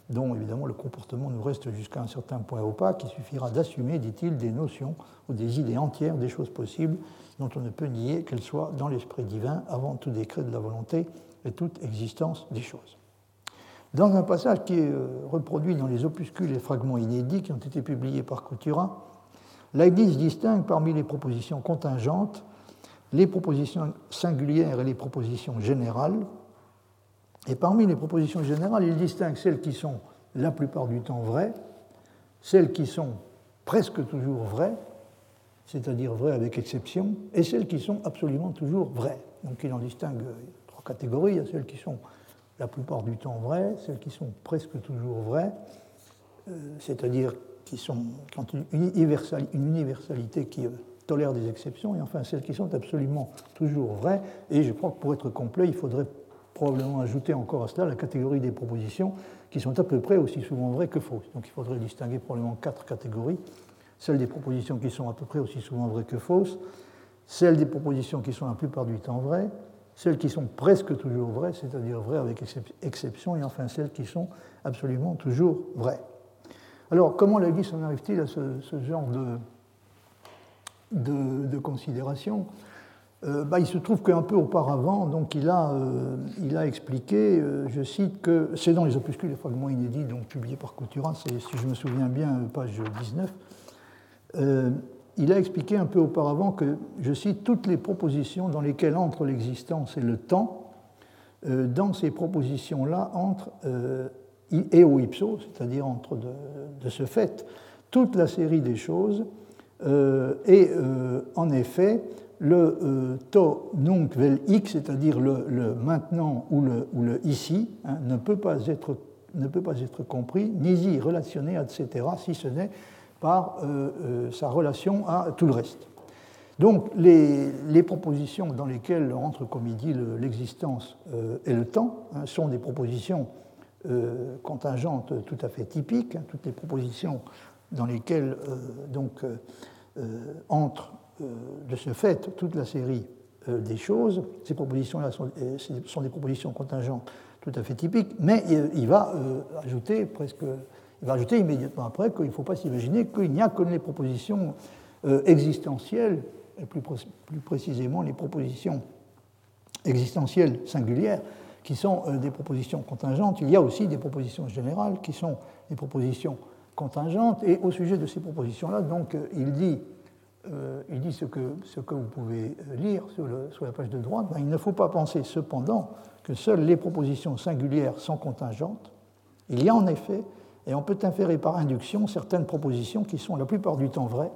dont évidemment le comportement nous reste jusqu'à un certain point opaque. Il suffira d'assumer, dit-il, des notions ou des idées entières des choses possibles dont on ne peut nier qu'elles soient dans l'esprit divin avant tout décret de la volonté et toute existence des choses. Dans un passage qui est reproduit dans les opuscules et fragments inédits qui ont été publiés par Couturin, Leibniz distingue parmi les propositions contingentes les propositions singulières et les propositions générales. Et parmi les propositions générales, il distingue celles qui sont la plupart du temps vraies, celles qui sont presque toujours vraies, c'est-à-dire vraies avec exception, et celles qui sont absolument toujours vraies. Donc il en distingue trois catégories. Il y a celles qui sont la plupart du temps vraies, celles qui sont presque toujours vraies, euh, c'est-à-dire qui sont qui ont une universalité qui euh, tolère des exceptions, et enfin celles qui sont absolument toujours vraies. Et je crois que pour être complet, il faudrait probablement ajouter encore à cela la catégorie des propositions qui sont à peu près aussi souvent vraies que fausses. Donc il faudrait distinguer probablement quatre catégories. Celles des propositions qui sont à peu près aussi souvent vraies que fausses, celles des propositions qui sont la plupart du temps vraies, celles qui sont presque toujours vraies, c'est-à-dire vraies avec exception, et enfin celles qui sont absolument toujours vraies. Alors comment Leibniz en arrive-t-il à ce, ce genre de, de, de considération ? Euh, bah, il se trouve qu'un peu auparavant, donc, il, a, euh, il a expliqué, euh, je cite, que c'est dans les opuscules et fragments inédits, donc publiés par Couturin, c'est, si je me souviens bien, page dix-neuf, euh, il a expliqué un peu auparavant que, je cite, toutes les propositions dans lesquelles entre l'existence et le temps, euh, dans ces propositions-là entrent euh, eo ipso, c'est-à-dire entre de, de ce fait, toute la série des choses, euh, et euh, en effet, le euh, to nunc vel hic, c'est-à-dire le, le maintenant ou le, ou le ici, hein, ne peut pas être, ne peut pas être compris, ni y relationné, et cetera, si ce n'est par euh, euh, sa relation à tout le reste. Donc, les, les propositions dans lesquelles entre, comme il dit, le, l'existence euh, et le temps, hein, sont des propositions euh, contingentes tout à fait typiques, hein, toutes les propositions dans lesquelles euh, donc, euh, euh, entre de ce fait toute la série des choses. Ces propositions-là sont, sont des propositions contingentes tout à fait typiques, mais il va ajouter presque, il va ajouter immédiatement après qu'il ne faut pas s'imaginer qu'il n'y a que les propositions existentielles, et plus, plus précisément les propositions existentielles singulières, qui sont des propositions contingentes. Il y a aussi des propositions générales qui sont des propositions contingentes, et au sujet de ces propositions-là, donc, il dit Euh, il dit ce que, ce que vous pouvez lire sur, le, sur la page de droite. Ben, il ne faut pas penser cependant que seules les propositions singulières sont contingentes. Il y a en effet, et on peut inférer par induction, certaines propositions qui sont la plupart du temps vraies.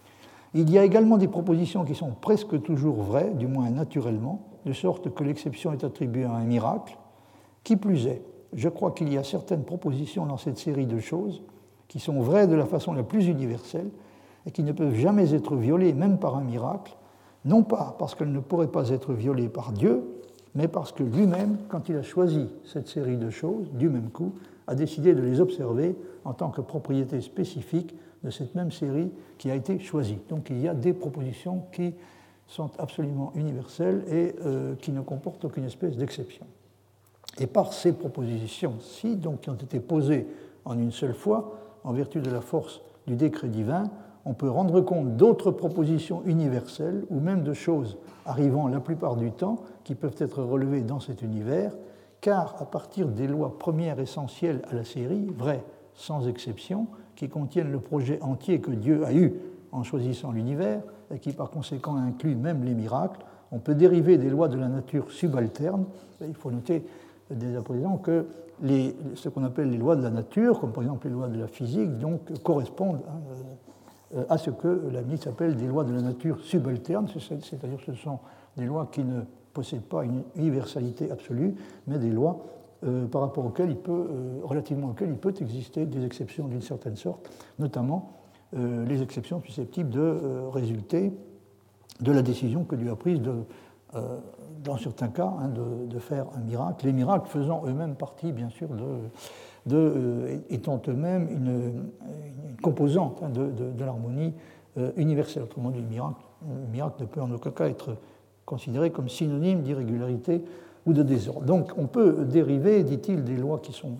Il y a également des propositions qui sont presque toujours vraies, du moins naturellement, de sorte que l'exception est attribuée à un miracle. Qui plus est, je crois qu'il y a certaines propositions dans cette série de choses qui sont vraies de la façon la plus universelle, et qui ne peuvent jamais être violées, même par un miracle, non pas parce qu'elles ne pourraient pas être violées par Dieu, mais parce que lui-même, quand il a choisi cette série de choses, du même coup, a décidé de les observer en tant que propriété spécifique de cette même série qui a été choisie. Donc il y a des propositions qui sont absolument universelles et euh, qui ne comportent aucune espèce d'exception. Et par ces propositions-ci, donc qui ont été posées en une seule fois, en vertu de la force du décret divin, on peut rendre compte d'autres propositions universelles ou même de choses arrivant la plupart du temps qui peuvent être relevées dans cet univers, car à partir des lois premières essentielles à la série, vraies sans exception, qui contiennent le projet entier que Dieu a eu en choisissant l'univers et qui par conséquent inclut même les miracles, on peut dériver des lois de la nature subalterne. Et il faut noter dès à présent que les, ce qu'on appelle les lois de la nature, comme par exemple les lois de la physique, donc correspondent à, à ce que Leibniz appelle des lois de la nature subalterne, c'est-à-dire que ce sont des lois qui ne possèdent pas une universalité absolue, mais des lois euh, par rapport auxquelles il peut, euh, relativement auxquelles il peut exister des exceptions d'une certaine sorte, notamment euh, les exceptions susceptibles de euh, résulter de la décision que Dieu a prise de, euh, dans certains cas, hein, de, de faire un miracle, les miracles faisant eux-mêmes partie, bien sûr, de... De, euh, étant eux-mêmes une, une composante hein, de, de, de l'harmonie euh, universelle. Autrement dit, le miracle, le miracle ne peut en aucun cas être considéré comme synonyme d'irrégularité ou de désordre. Donc on peut dériver, dit-il, des lois qui sont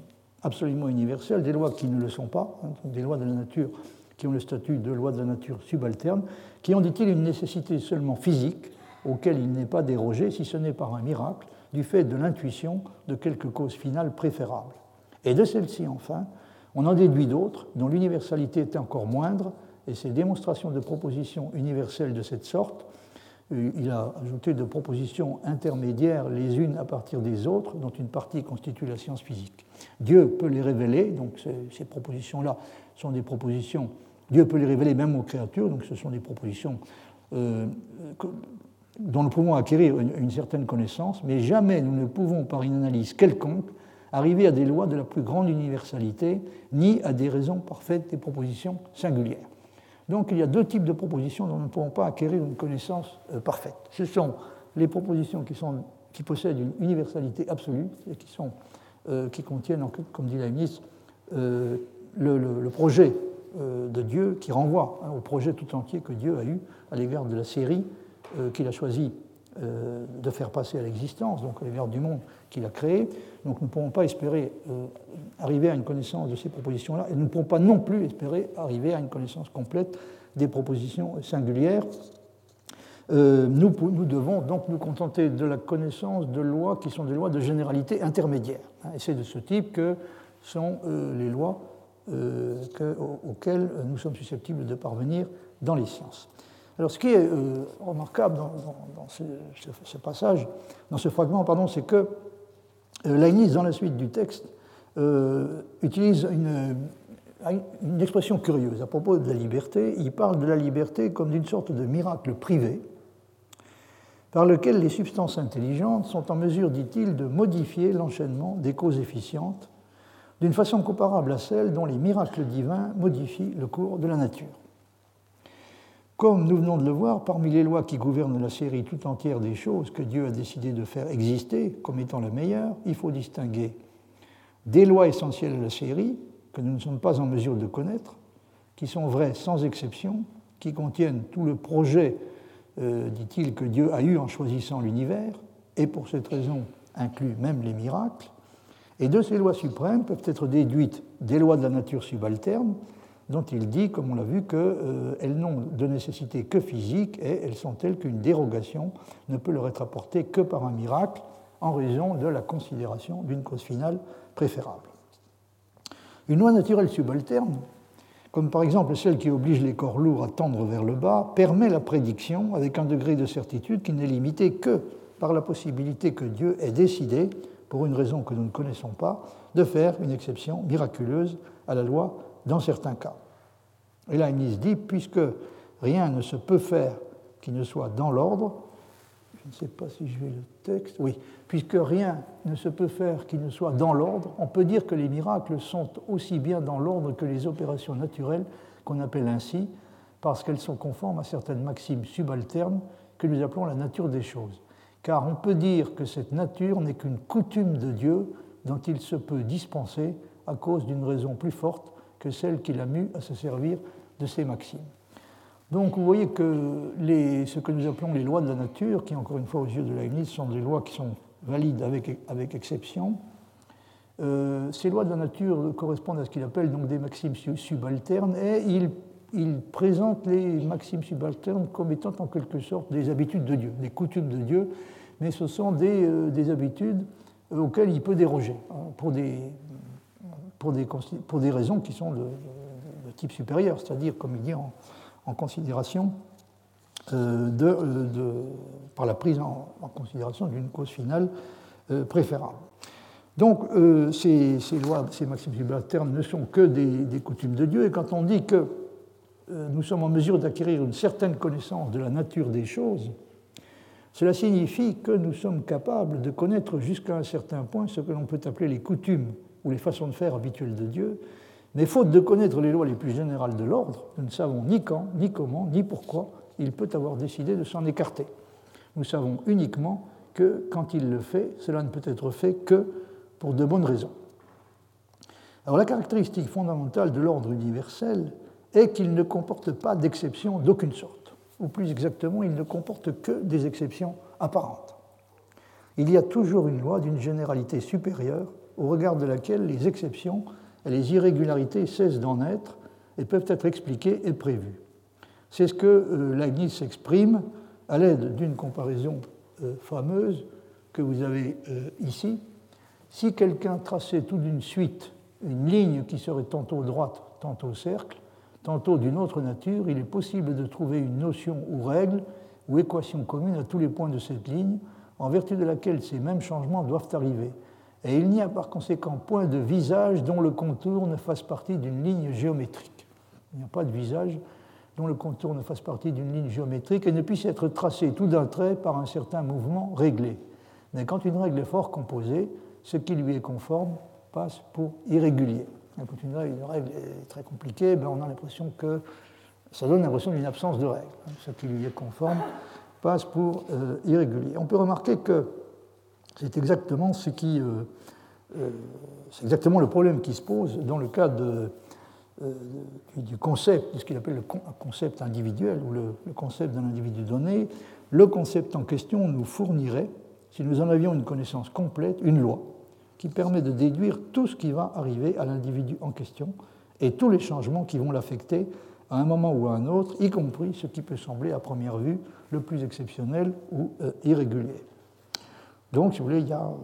absolument universelles, des lois qui ne le sont pas, hein, des lois de la nature qui ont le statut de lois de la nature subalterne, qui ont, dit-il, une nécessité seulement physique, auquel il n'est pas dérogé, si ce n'est par un miracle, du fait de l'intuition de quelque cause finale préférable. Et de celle-ci, enfin, on en déduit d'autres, dont l'universalité est encore moindre, et ces démonstrations de propositions universelles de cette sorte, il a ajouté de propositions intermédiaires les unes à partir des autres, dont une partie constitue la science physique. Dieu peut les révéler, donc ces, ces propositions-là sont des propositions, Dieu peut les révéler même aux créatures, donc ce sont des propositions euh, dont nous pouvons acquérir une, une certaine connaissance, mais jamais nous ne pouvons, par une analyse quelconque, arriver à des lois de la plus grande universalité, ni à des raisons parfaites des propositions singulières. Donc il y a deux types de propositions dont nous ne pouvons pas acquérir une connaissance euh, parfaite. Ce sont les propositions qui, sont, qui possèdent une universalité absolue et qui, sont, euh, qui contiennent, comme dit Leibniz, euh, le, le, le projet euh, de Dieu qui renvoie hein, au projet tout entier que Dieu a eu à l'égard de la série euh, qu'il a choisi euh, de faire passer à l'existence, donc à l'égard du monde qu'il a créé. Donc nous ne pouvons pas espérer euh, arriver à une connaissance de ces propositions-là, et nous ne pouvons pas non plus espérer arriver à une connaissance complète des propositions singulières. Euh, nous, nous devons donc nous contenter de la connaissance de lois qui sont des lois de généralité intermédiaire. Hein, et c'est de ce type que sont euh, les lois euh, que, auxquelles nous sommes susceptibles de parvenir dans les sciences. Alors, ce qui est euh, remarquable dans, dans, dans ce, ce, ce passage, dans ce fragment, pardon, c'est que euh, Leibniz, dans la suite du texte, euh, utilise une, une expression curieuse à propos de la liberté. Il parle de la liberté comme d'une sorte de miracle privé par lequel les substances intelligentes sont en mesure, dit-il, de modifier l'enchaînement des causes efficientes d'une façon comparable à celle dont les miracles divins modifient le cours de la nature. Comme nous venons de le voir, parmi les lois qui gouvernent la série tout entière des choses que Dieu a décidé de faire exister comme étant la meilleure, il faut distinguer des lois essentielles à la série que nous ne sommes pas en mesure de connaître, qui sont vraies sans exception, qui contiennent tout le projet, euh, dit-il, que Dieu a eu en choisissant l'univers, et pour cette raison inclut même les miracles. Et de ces lois suprêmes peuvent être déduites des lois de la nature subalterne, dont il dit, comme on l'a vu, qu'elles euh, n'ont de nécessité que physique et elles sont telles qu'une dérogation ne peut leur être apportée que par un miracle en raison de la considération d'une cause finale préférable. Une loi naturelle subalterne, comme par exemple celle qui oblige les corps lourds à tendre vers le bas, permet la prédiction avec un degré de certitude qui n'est limité que par la possibilité que Dieu ait décidé, pour une raison que nous ne connaissons pas, de faire une exception miraculeuse à la loi dans certains cas. Et là, Leibniz dit, puisque rien ne se peut faire qui ne soit dans l'ordre, je ne sais pas si je vais le texte, oui, puisque rien ne se peut faire qui ne soit dans l'ordre, on peut dire que les miracles sont aussi bien dans l'ordre que les opérations naturelles, qu'on appelle ainsi, parce qu'elles sont conformes à certaines maximes subalternes que nous appelons la nature des choses. Car on peut dire que cette nature n'est qu'une coutume de Dieu dont il se peut dispenser à cause d'une raison plus forte que celle qui l'a mue à se servir de ces maximes. Donc vous voyez que les, ce que nous appelons les lois de la nature, qui encore une fois aux yeux de Leibniz sont des lois qui sont valides avec, avec exception, euh, ces lois de la nature correspondent à ce qu'il appelle donc des maximes subalternes, et il, il présente les maximes subalternes comme étant en quelque sorte des habitudes de Dieu, des coutumes de Dieu, mais ce sont des, euh, des habitudes auxquelles il peut déroger hein, pour des Pour des, pour des raisons qui sont de, de, de type supérieur, c'est-à-dire, comme il dit, en, en considération euh, de, de, par la prise en, en considération d'une cause finale euh, préférable. Donc, euh, ces, ces lois, ces maximes subalternes ne sont que des, des coutumes de Dieu, et quand on dit que euh, nous sommes en mesure d'acquérir une certaine connaissance de la nature des choses, cela signifie que nous sommes capables de connaître jusqu'à un certain point ce que l'on peut appeler les coutumes ou les façons de faire habituelles de Dieu, mais faute de connaître les lois les plus générales de l'ordre, nous ne savons ni quand, ni comment, ni pourquoi il peut avoir décidé de s'en écarter. Nous savons uniquement que, quand il le fait, cela ne peut être fait que pour de bonnes raisons. Alors la caractéristique fondamentale de l'ordre universel est qu'il ne comporte pas d'exception d'aucune sorte, ou plus exactement, il ne comporte que des exceptions apparentes. il y a toujours une loi d'une généralité supérieure au regard de laquelle les exceptions et les irrégularités cessent d'en être et peuvent être expliquées et prévues. C'est ce que euh, Leibniz exprime à l'aide d'une comparaison euh, fameuse que vous avez euh, ici. Si quelqu'un traçait tout d'une suite une ligne qui serait tantôt droite, tantôt cercle, tantôt d'une autre nature, il est possible de trouver une notion ou règle ou équation commune à tous les points de cette ligne, en vertu de laquelle ces mêmes changements doivent arriver. Et il n'y a par conséquent point de visage dont le contour ne fasse partie d'une ligne géométrique. Il n'y a pas de visage dont le contour ne fasse partie d'une ligne géométrique et ne puisse être tracé tout d'un trait par un certain mouvement réglé. Mais quand une règle est fort composée, ce qui lui est conforme passe pour irrégulier. Et quand une règle, une règle est très compliquée, ben on a l'impression que ça donne l'impression d'une absence de règle. Ce qui lui est conforme passe pour euh, irrégulier. On peut remarquer que c'est exactement ce qui, euh, euh, c'est exactement le problème qui se pose dans le cas de, euh, du concept, de ce qu'il appelle le concept individuel ou le, le concept d'un individu donné. Le concept en question nous fournirait, si nous en avions une connaissance complète, une loi qui permet de déduire tout ce qui va arriver à l'individu en question et tous les changements qui vont l'affecter à un moment ou à un autre, y compris ce qui peut sembler à première vue le plus exceptionnel ou euh, irrégulier. Donc, si vous voulez, il y a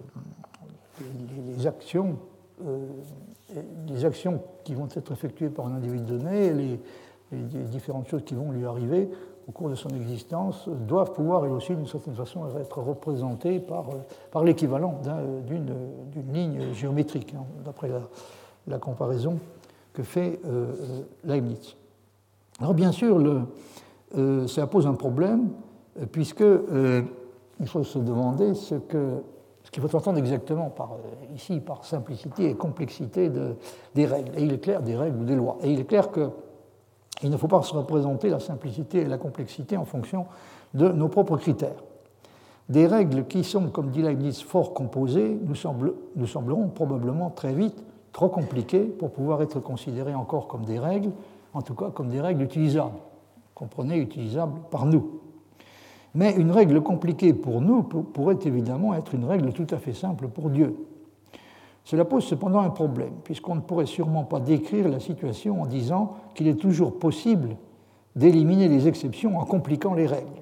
euh, les, les, actions, euh, les actions qui vont être effectuées par un individu donné et les, les différentes choses qui vont lui arriver au cours de son existence doivent pouvoir, elles aussi, d'une certaine façon, être représentées par, par l'équivalent d'une, d'une ligne géométrique, hein, d'après la, la comparaison que fait euh, Leibniz. Alors, bien sûr, le, euh, ça pose un problème, puisque euh, il faut se demander ce, que, ce qu'il faut entendre exactement par, euh, ici par simplicité et complexité de, des règles. Et il est clair, des règles ou des lois. Et il est clair que il ne faut pas se représenter la simplicité et la complexité en fonction de nos propres critères. Des règles qui sont, comme dit Leibniz, fort composées, nous, semble, nous sembleront probablement très vite trop compliquées pour pouvoir être considérées encore comme des règles, en tout cas comme des règles utilisables, comprenez, utilisables par nous. Mais une règle compliquée pour nous pourrait évidemment être une règle tout à fait simple pour Dieu. Cela pose cependant un problème, puisqu'on ne pourrait sûrement pas décrire la situation en disant qu'il est toujours possible d'éliminer les exceptions en compliquant les règles.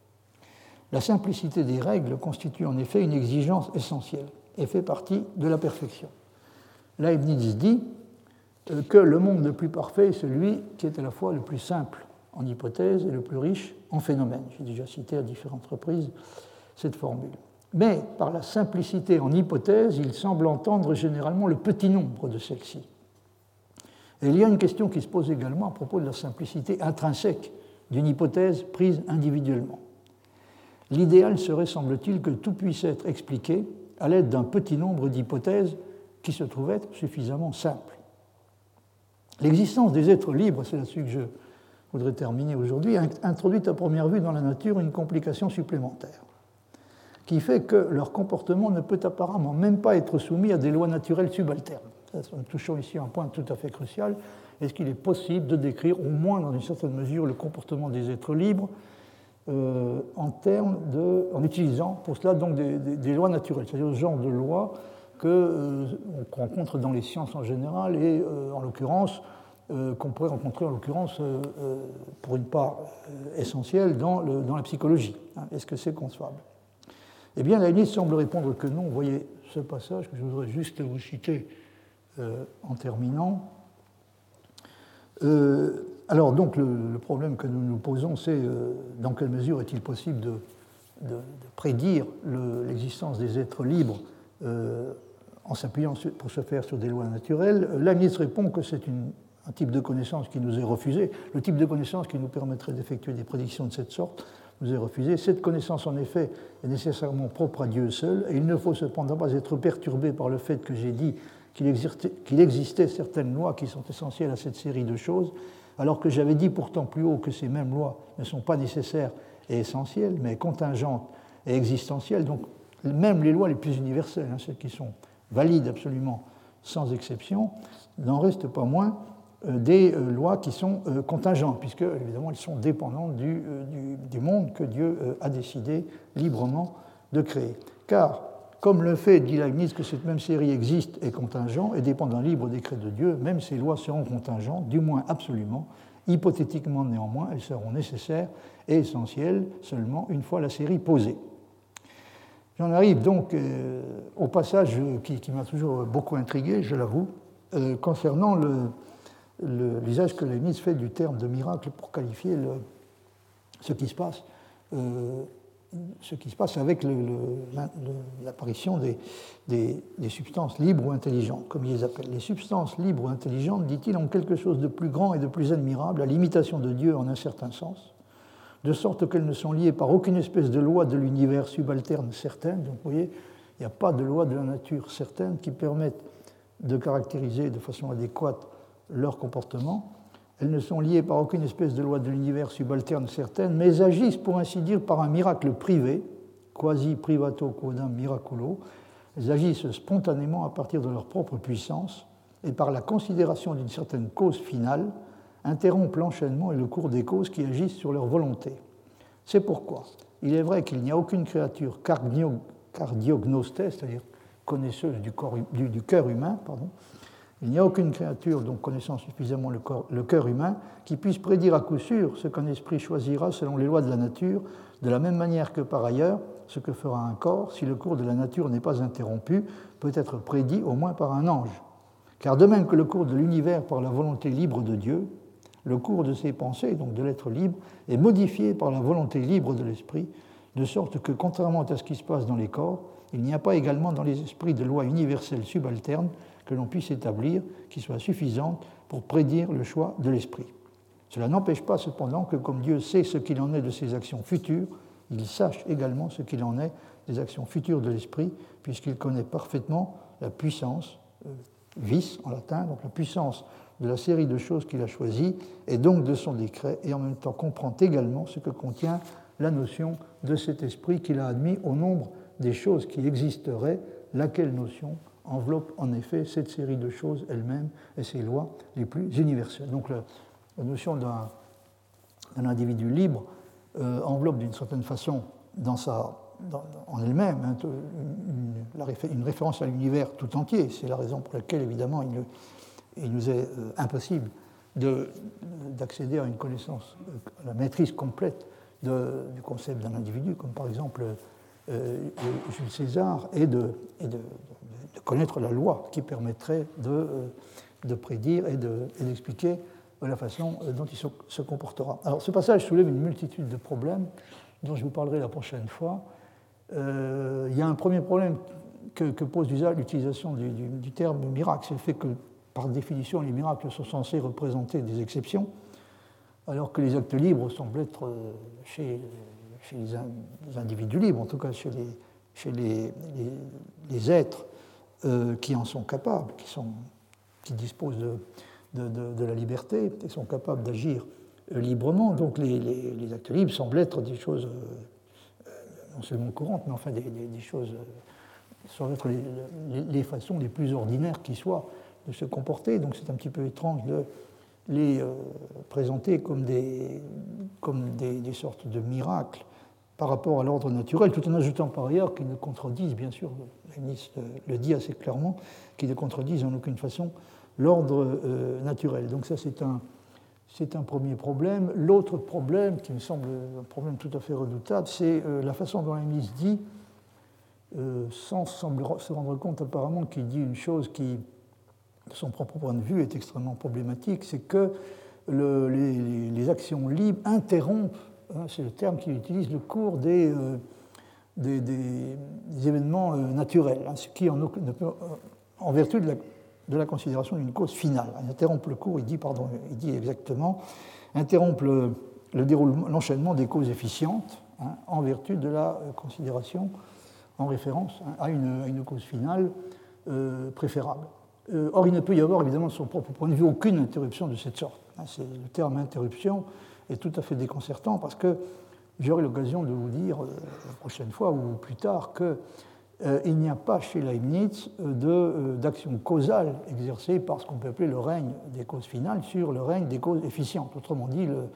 La simplicité des règles constitue en effet une exigence essentielle et fait partie de la perfection. Leibniz dit que le monde le plus parfait est celui qui est à la fois le plus simple en hypothèse et le plus riche en phénomènes. J'ai déjà cité à différentes reprises cette formule. Mais par la simplicité en hypothèse, il semble entendre généralement le petit nombre de celles-ci. Et il y a une question qui se pose également à propos de la simplicité intrinsèque d'une hypothèse prise individuellement. L'idéal serait, semble-t-il, que tout puisse être expliqué à l'aide d'un petit nombre d'hypothèses qui se trouvent être suffisamment simples. L'existence des êtres libres, c'est là-dessus que je voudrais terminer aujourd'hui, introduit à première vue dans la nature une complication supplémentaire, qui fait que leur comportement ne peut apparemment même pas être soumis à des lois naturelles subalternes. Nous touchons ici un point tout à fait crucial. Est-ce qu'il est possible de décrire, au moins dans une certaine mesure, le comportement des êtres libres euh, en, termes de, en utilisant pour cela donc des, des, des lois naturelles, c'est-à-dire ce genre de lois qu'on euh, rencontre dans les sciences en général et euh, en l'occurrence euh, qu'on pourrait rencontrer en l'occurrence euh, euh, pour une part euh, essentielle dans, le, dans la psychologie. Hein, est-ce que c'est concevable ? Eh bien, Leibniz semble répondre que non. Vous voyez ce passage que je voudrais juste vous citer euh, en terminant. Euh, alors, donc, le, le problème que nous nous posons, c'est euh, dans quelle mesure est-il possible de, de, de prédire le, l'existence des êtres libres euh, en s'appuyant sur, pour se faire sur des lois naturelles. Leibniz répond que c'est une, un type de connaissance qui nous est refusé. Le type de connaissance qui nous permettrait d'effectuer des prédictions de cette sorte nous est refusé. Cette connaissance, en effet, est nécessairement propre à Dieu seul, et il ne faut cependant pas être perturbé par le fait que j'ai dit qu'il existait, qu'il existait certaines lois qui sont essentielles à cette série de choses, alors que j'avais dit pourtant plus haut que ces mêmes lois ne sont pas nécessaires et essentielles, mais contingentes et existentielles. Donc, même les lois les plus universelles, hein, celles qui sont valides absolument sans exception, n'en restent pas moins des lois qui sont contingentes, puisque, évidemment, elles sont dépendantes du, du, du monde que Dieu a décidé librement de créer. car, comme le fait, dit Leibniz, que cette même série existe est contingent et dépend d'un libre décret de Dieu, même ces lois seront contingentes, du moins absolument. Hypothétiquement, néanmoins, elles seront nécessaires et essentielles seulement une fois la série posée. J'en arrive donc euh, au passage qui, qui m'a toujours beaucoup intrigué, je l'avoue, euh, concernant le, le, l'usage que Leibniz fait du terme de miracle pour qualifier le, ce qui se passe, euh, ce qui se passe avec le, le, l'apparition des, des, des substances libres ou intelligentes, comme il les appelle. Les substances libres ou intelligentes, dit-il, ont quelque chose de plus grand et de plus admirable, à l'imitation de Dieu en un certain sens, de sorte qu'elles ne sont liées par aucune espèce de loi de l'univers subalterne certaine. Donc vous voyez, il n'y a pas de loi de la nature certaine qui permette de caractériser de façon adéquate leur comportement. Elles ne sont liées par aucune espèce de loi de l'univers subalterne certaine, mais agissent pour ainsi dire par un miracle privé, quasi privato quodam miraculo. Elles agissent spontanément à partir de leur propre puissance et par la considération d'une certaine cause finale, interrompent l'enchaînement et le cours des causes qui agissent sur leur volonté. C'est pourquoi il est vrai qu'il n'y a aucune créature cardio, cardiognostes, c'est-à-dire connaisseuse du, corps, du, du cœur humain, pardon, il n'y a aucune créature, donc connaissant suffisamment le, corps, le cœur humain, qui puisse prédire à coup sûr ce qu'un esprit choisira selon les lois de la nature, de la même manière que par ailleurs, ce que fera un corps, si le cours de la nature n'est pas interrompu, peut être prédit au moins par un ange. Car de même que le cours de l'univers par la volonté libre de Dieu, le cours de ses pensées, donc de l'être libre, est modifié par la volonté libre de l'esprit, de sorte que, contrairement à ce qui se passe dans les corps, il n'y a pas également dans les esprits de lois universelles subalternes que l'on puisse établir qui soient suffisantes pour prédire le choix de l'esprit. Cela n'empêche pas cependant que, comme Dieu sait ce qu'il en est de ses actions futures, il sache également ce qu'il en est des actions futures de l'esprit, puisqu'il connaît parfaitement la puissance, euh, vis en latin, donc la puissance de la série de choses qu'il a choisies, et donc de son décret, et en même temps comprend également ce que contient la notion de cet esprit qu'il a admis au nombre des choses qui existeraient, laquelle notion enveloppe en effet cette série de choses elle-même et ses lois les plus universelles. Donc la, la notion d'un, d'un individu libre euh, enveloppe d'une certaine façon dans sa, dans, en elle-même hein, une, une, une référence à l'univers tout entier. C'est la raison pour laquelle évidemment il, il nous est euh, impossible de, d'accéder à une connaissance, à la maîtrise complète de, du concept d'un individu, comme par exemple euh, Jules César, et de, et de de connaître la loi qui permettrait de, de prédire et, de, et d'expliquer la façon dont il se comportera. Alors, ce passage soulève une multitude de problèmes dont je vous parlerai la prochaine fois. Euh, il y a un premier problème que, que pose l'utilisation du, du, du terme miracle, c'est le fait que, par définition, les miracles sont censés représenter des exceptions, alors que les actes libres semblent être, chez, chez les individus libres, en tout cas chez les, chez les, les, les êtres Euh, qui en sont capables, qui, sont, qui disposent de, de, de, de la liberté et sont capables d'agir euh, librement. Donc les, les, les actes libres semblent être des choses euh, non seulement courantes, mais enfin des, des, des choses, euh, semblent être les, les, les façons les plus ordinaires qui soient de se comporter. Donc c'est un petit peu étrange de les euh, présenter comme, des, comme des, des sortes de miracles par rapport à l'ordre naturel, tout en ajoutant par ailleurs qu'ils ne contredisent, bien sûr, Leibniz le dit assez clairement, qu'ils ne contredisent en aucune façon l'ordre euh, naturel. Donc ça, c'est un, c'est un premier problème. L'autre problème, qui me semble un problème tout à fait redoutable, c'est euh, la façon dont Leibniz dit, euh, sans semble se rendre compte apparemment qu'il dit une chose qui, de son propre point de vue, est extrêmement problématique, c'est que le, les, les actions libres interrompent, c'est le terme qu'il utilise, le cours des, euh, des, des, des événements euh, naturels, hein, ce qui, en, ne peut, en vertu de la, de la considération d'une cause finale. Il interrompt le cours, il dit, pardon, il dit exactement, interrompt le, le déroulement, l'enchaînement des causes efficientes, hein, en vertu de la considération en référence hein, à, une, à une cause finale euh, préférable. Euh, or, il ne peut y avoir, évidemment, de son propre point de vue, aucune interruption de cette sorte. Hein, c'est le terme interruption est tout à fait déconcertant parce que j'aurai l'occasion de vous dire euh, la prochaine fois ou plus tard qu'il euh, n'y a pas chez Leibniz de, euh, d'action causale exercée par ce qu'on peut appeler le règne des causes finales sur le règne des causes efficientes. Autrement dit, le,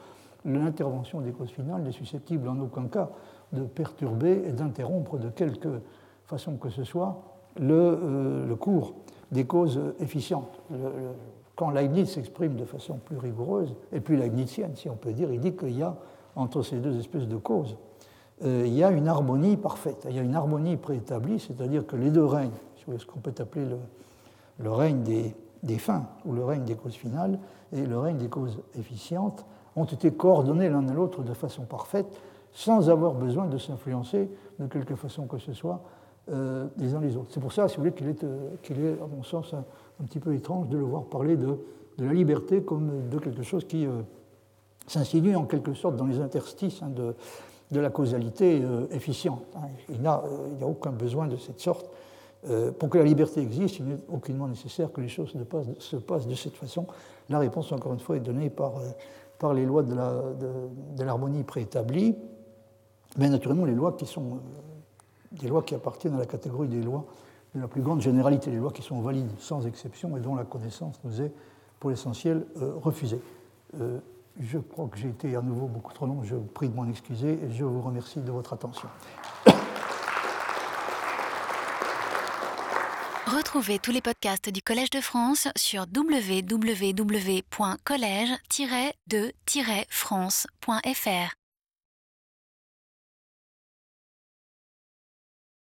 l'intervention des causes finales n'est susceptible en aucun cas de perturber et d'interrompre de quelque façon que ce soit le, euh, le cours des causes efficientes. Le, le, quand Leibniz s'exprime de façon plus rigoureuse, et plus leibnizienne, si on peut dire, il dit qu'il y a, entre ces deux espèces de causes, euh, il y a une harmonie parfaite, il y a une harmonie préétablie, c'est-à-dire que les deux règnes, ce qu'on peut appeler le, le règne des, des fins, ou le règne des causes finales, et le règne des causes efficientes, ont été coordonnés l'un à l'autre de façon parfaite, sans avoir besoin de s'influencer de quelque façon que ce soit euh, les uns les autres. C'est pour ça, si vous voulez, qu'il est, euh, qu'il est, à mon sens, un, un petit peu étrange de le voir parler de, de la liberté comme de quelque chose qui euh, s'insinue en quelque sorte dans les interstices hein, de, de la causalité euh, efficiente. Hein. Il n'y a, euh, a aucun besoin de cette sorte. Euh, pour que la liberté existe, il n'est aucunement nécessaire que les choses se passent, se passent de cette façon. La réponse, encore une fois, est donnée par, euh, par les lois de, la, de, de l'harmonie préétablie, mais naturellement les lois qui sont euh, des lois qui appartiennent à la catégorie des lois de la plus grande généralité, les lois qui sont valides sans exception et dont la connaissance nous est pour l'essentiel euh, refusée. Euh, je crois que j'ai été à nouveau beaucoup trop long, je vous prie de m'en excuser et je vous remercie de votre attention. Retrouvez tous les podcasts du Collège de France sur w w w point collège tiret de tiret france point f r.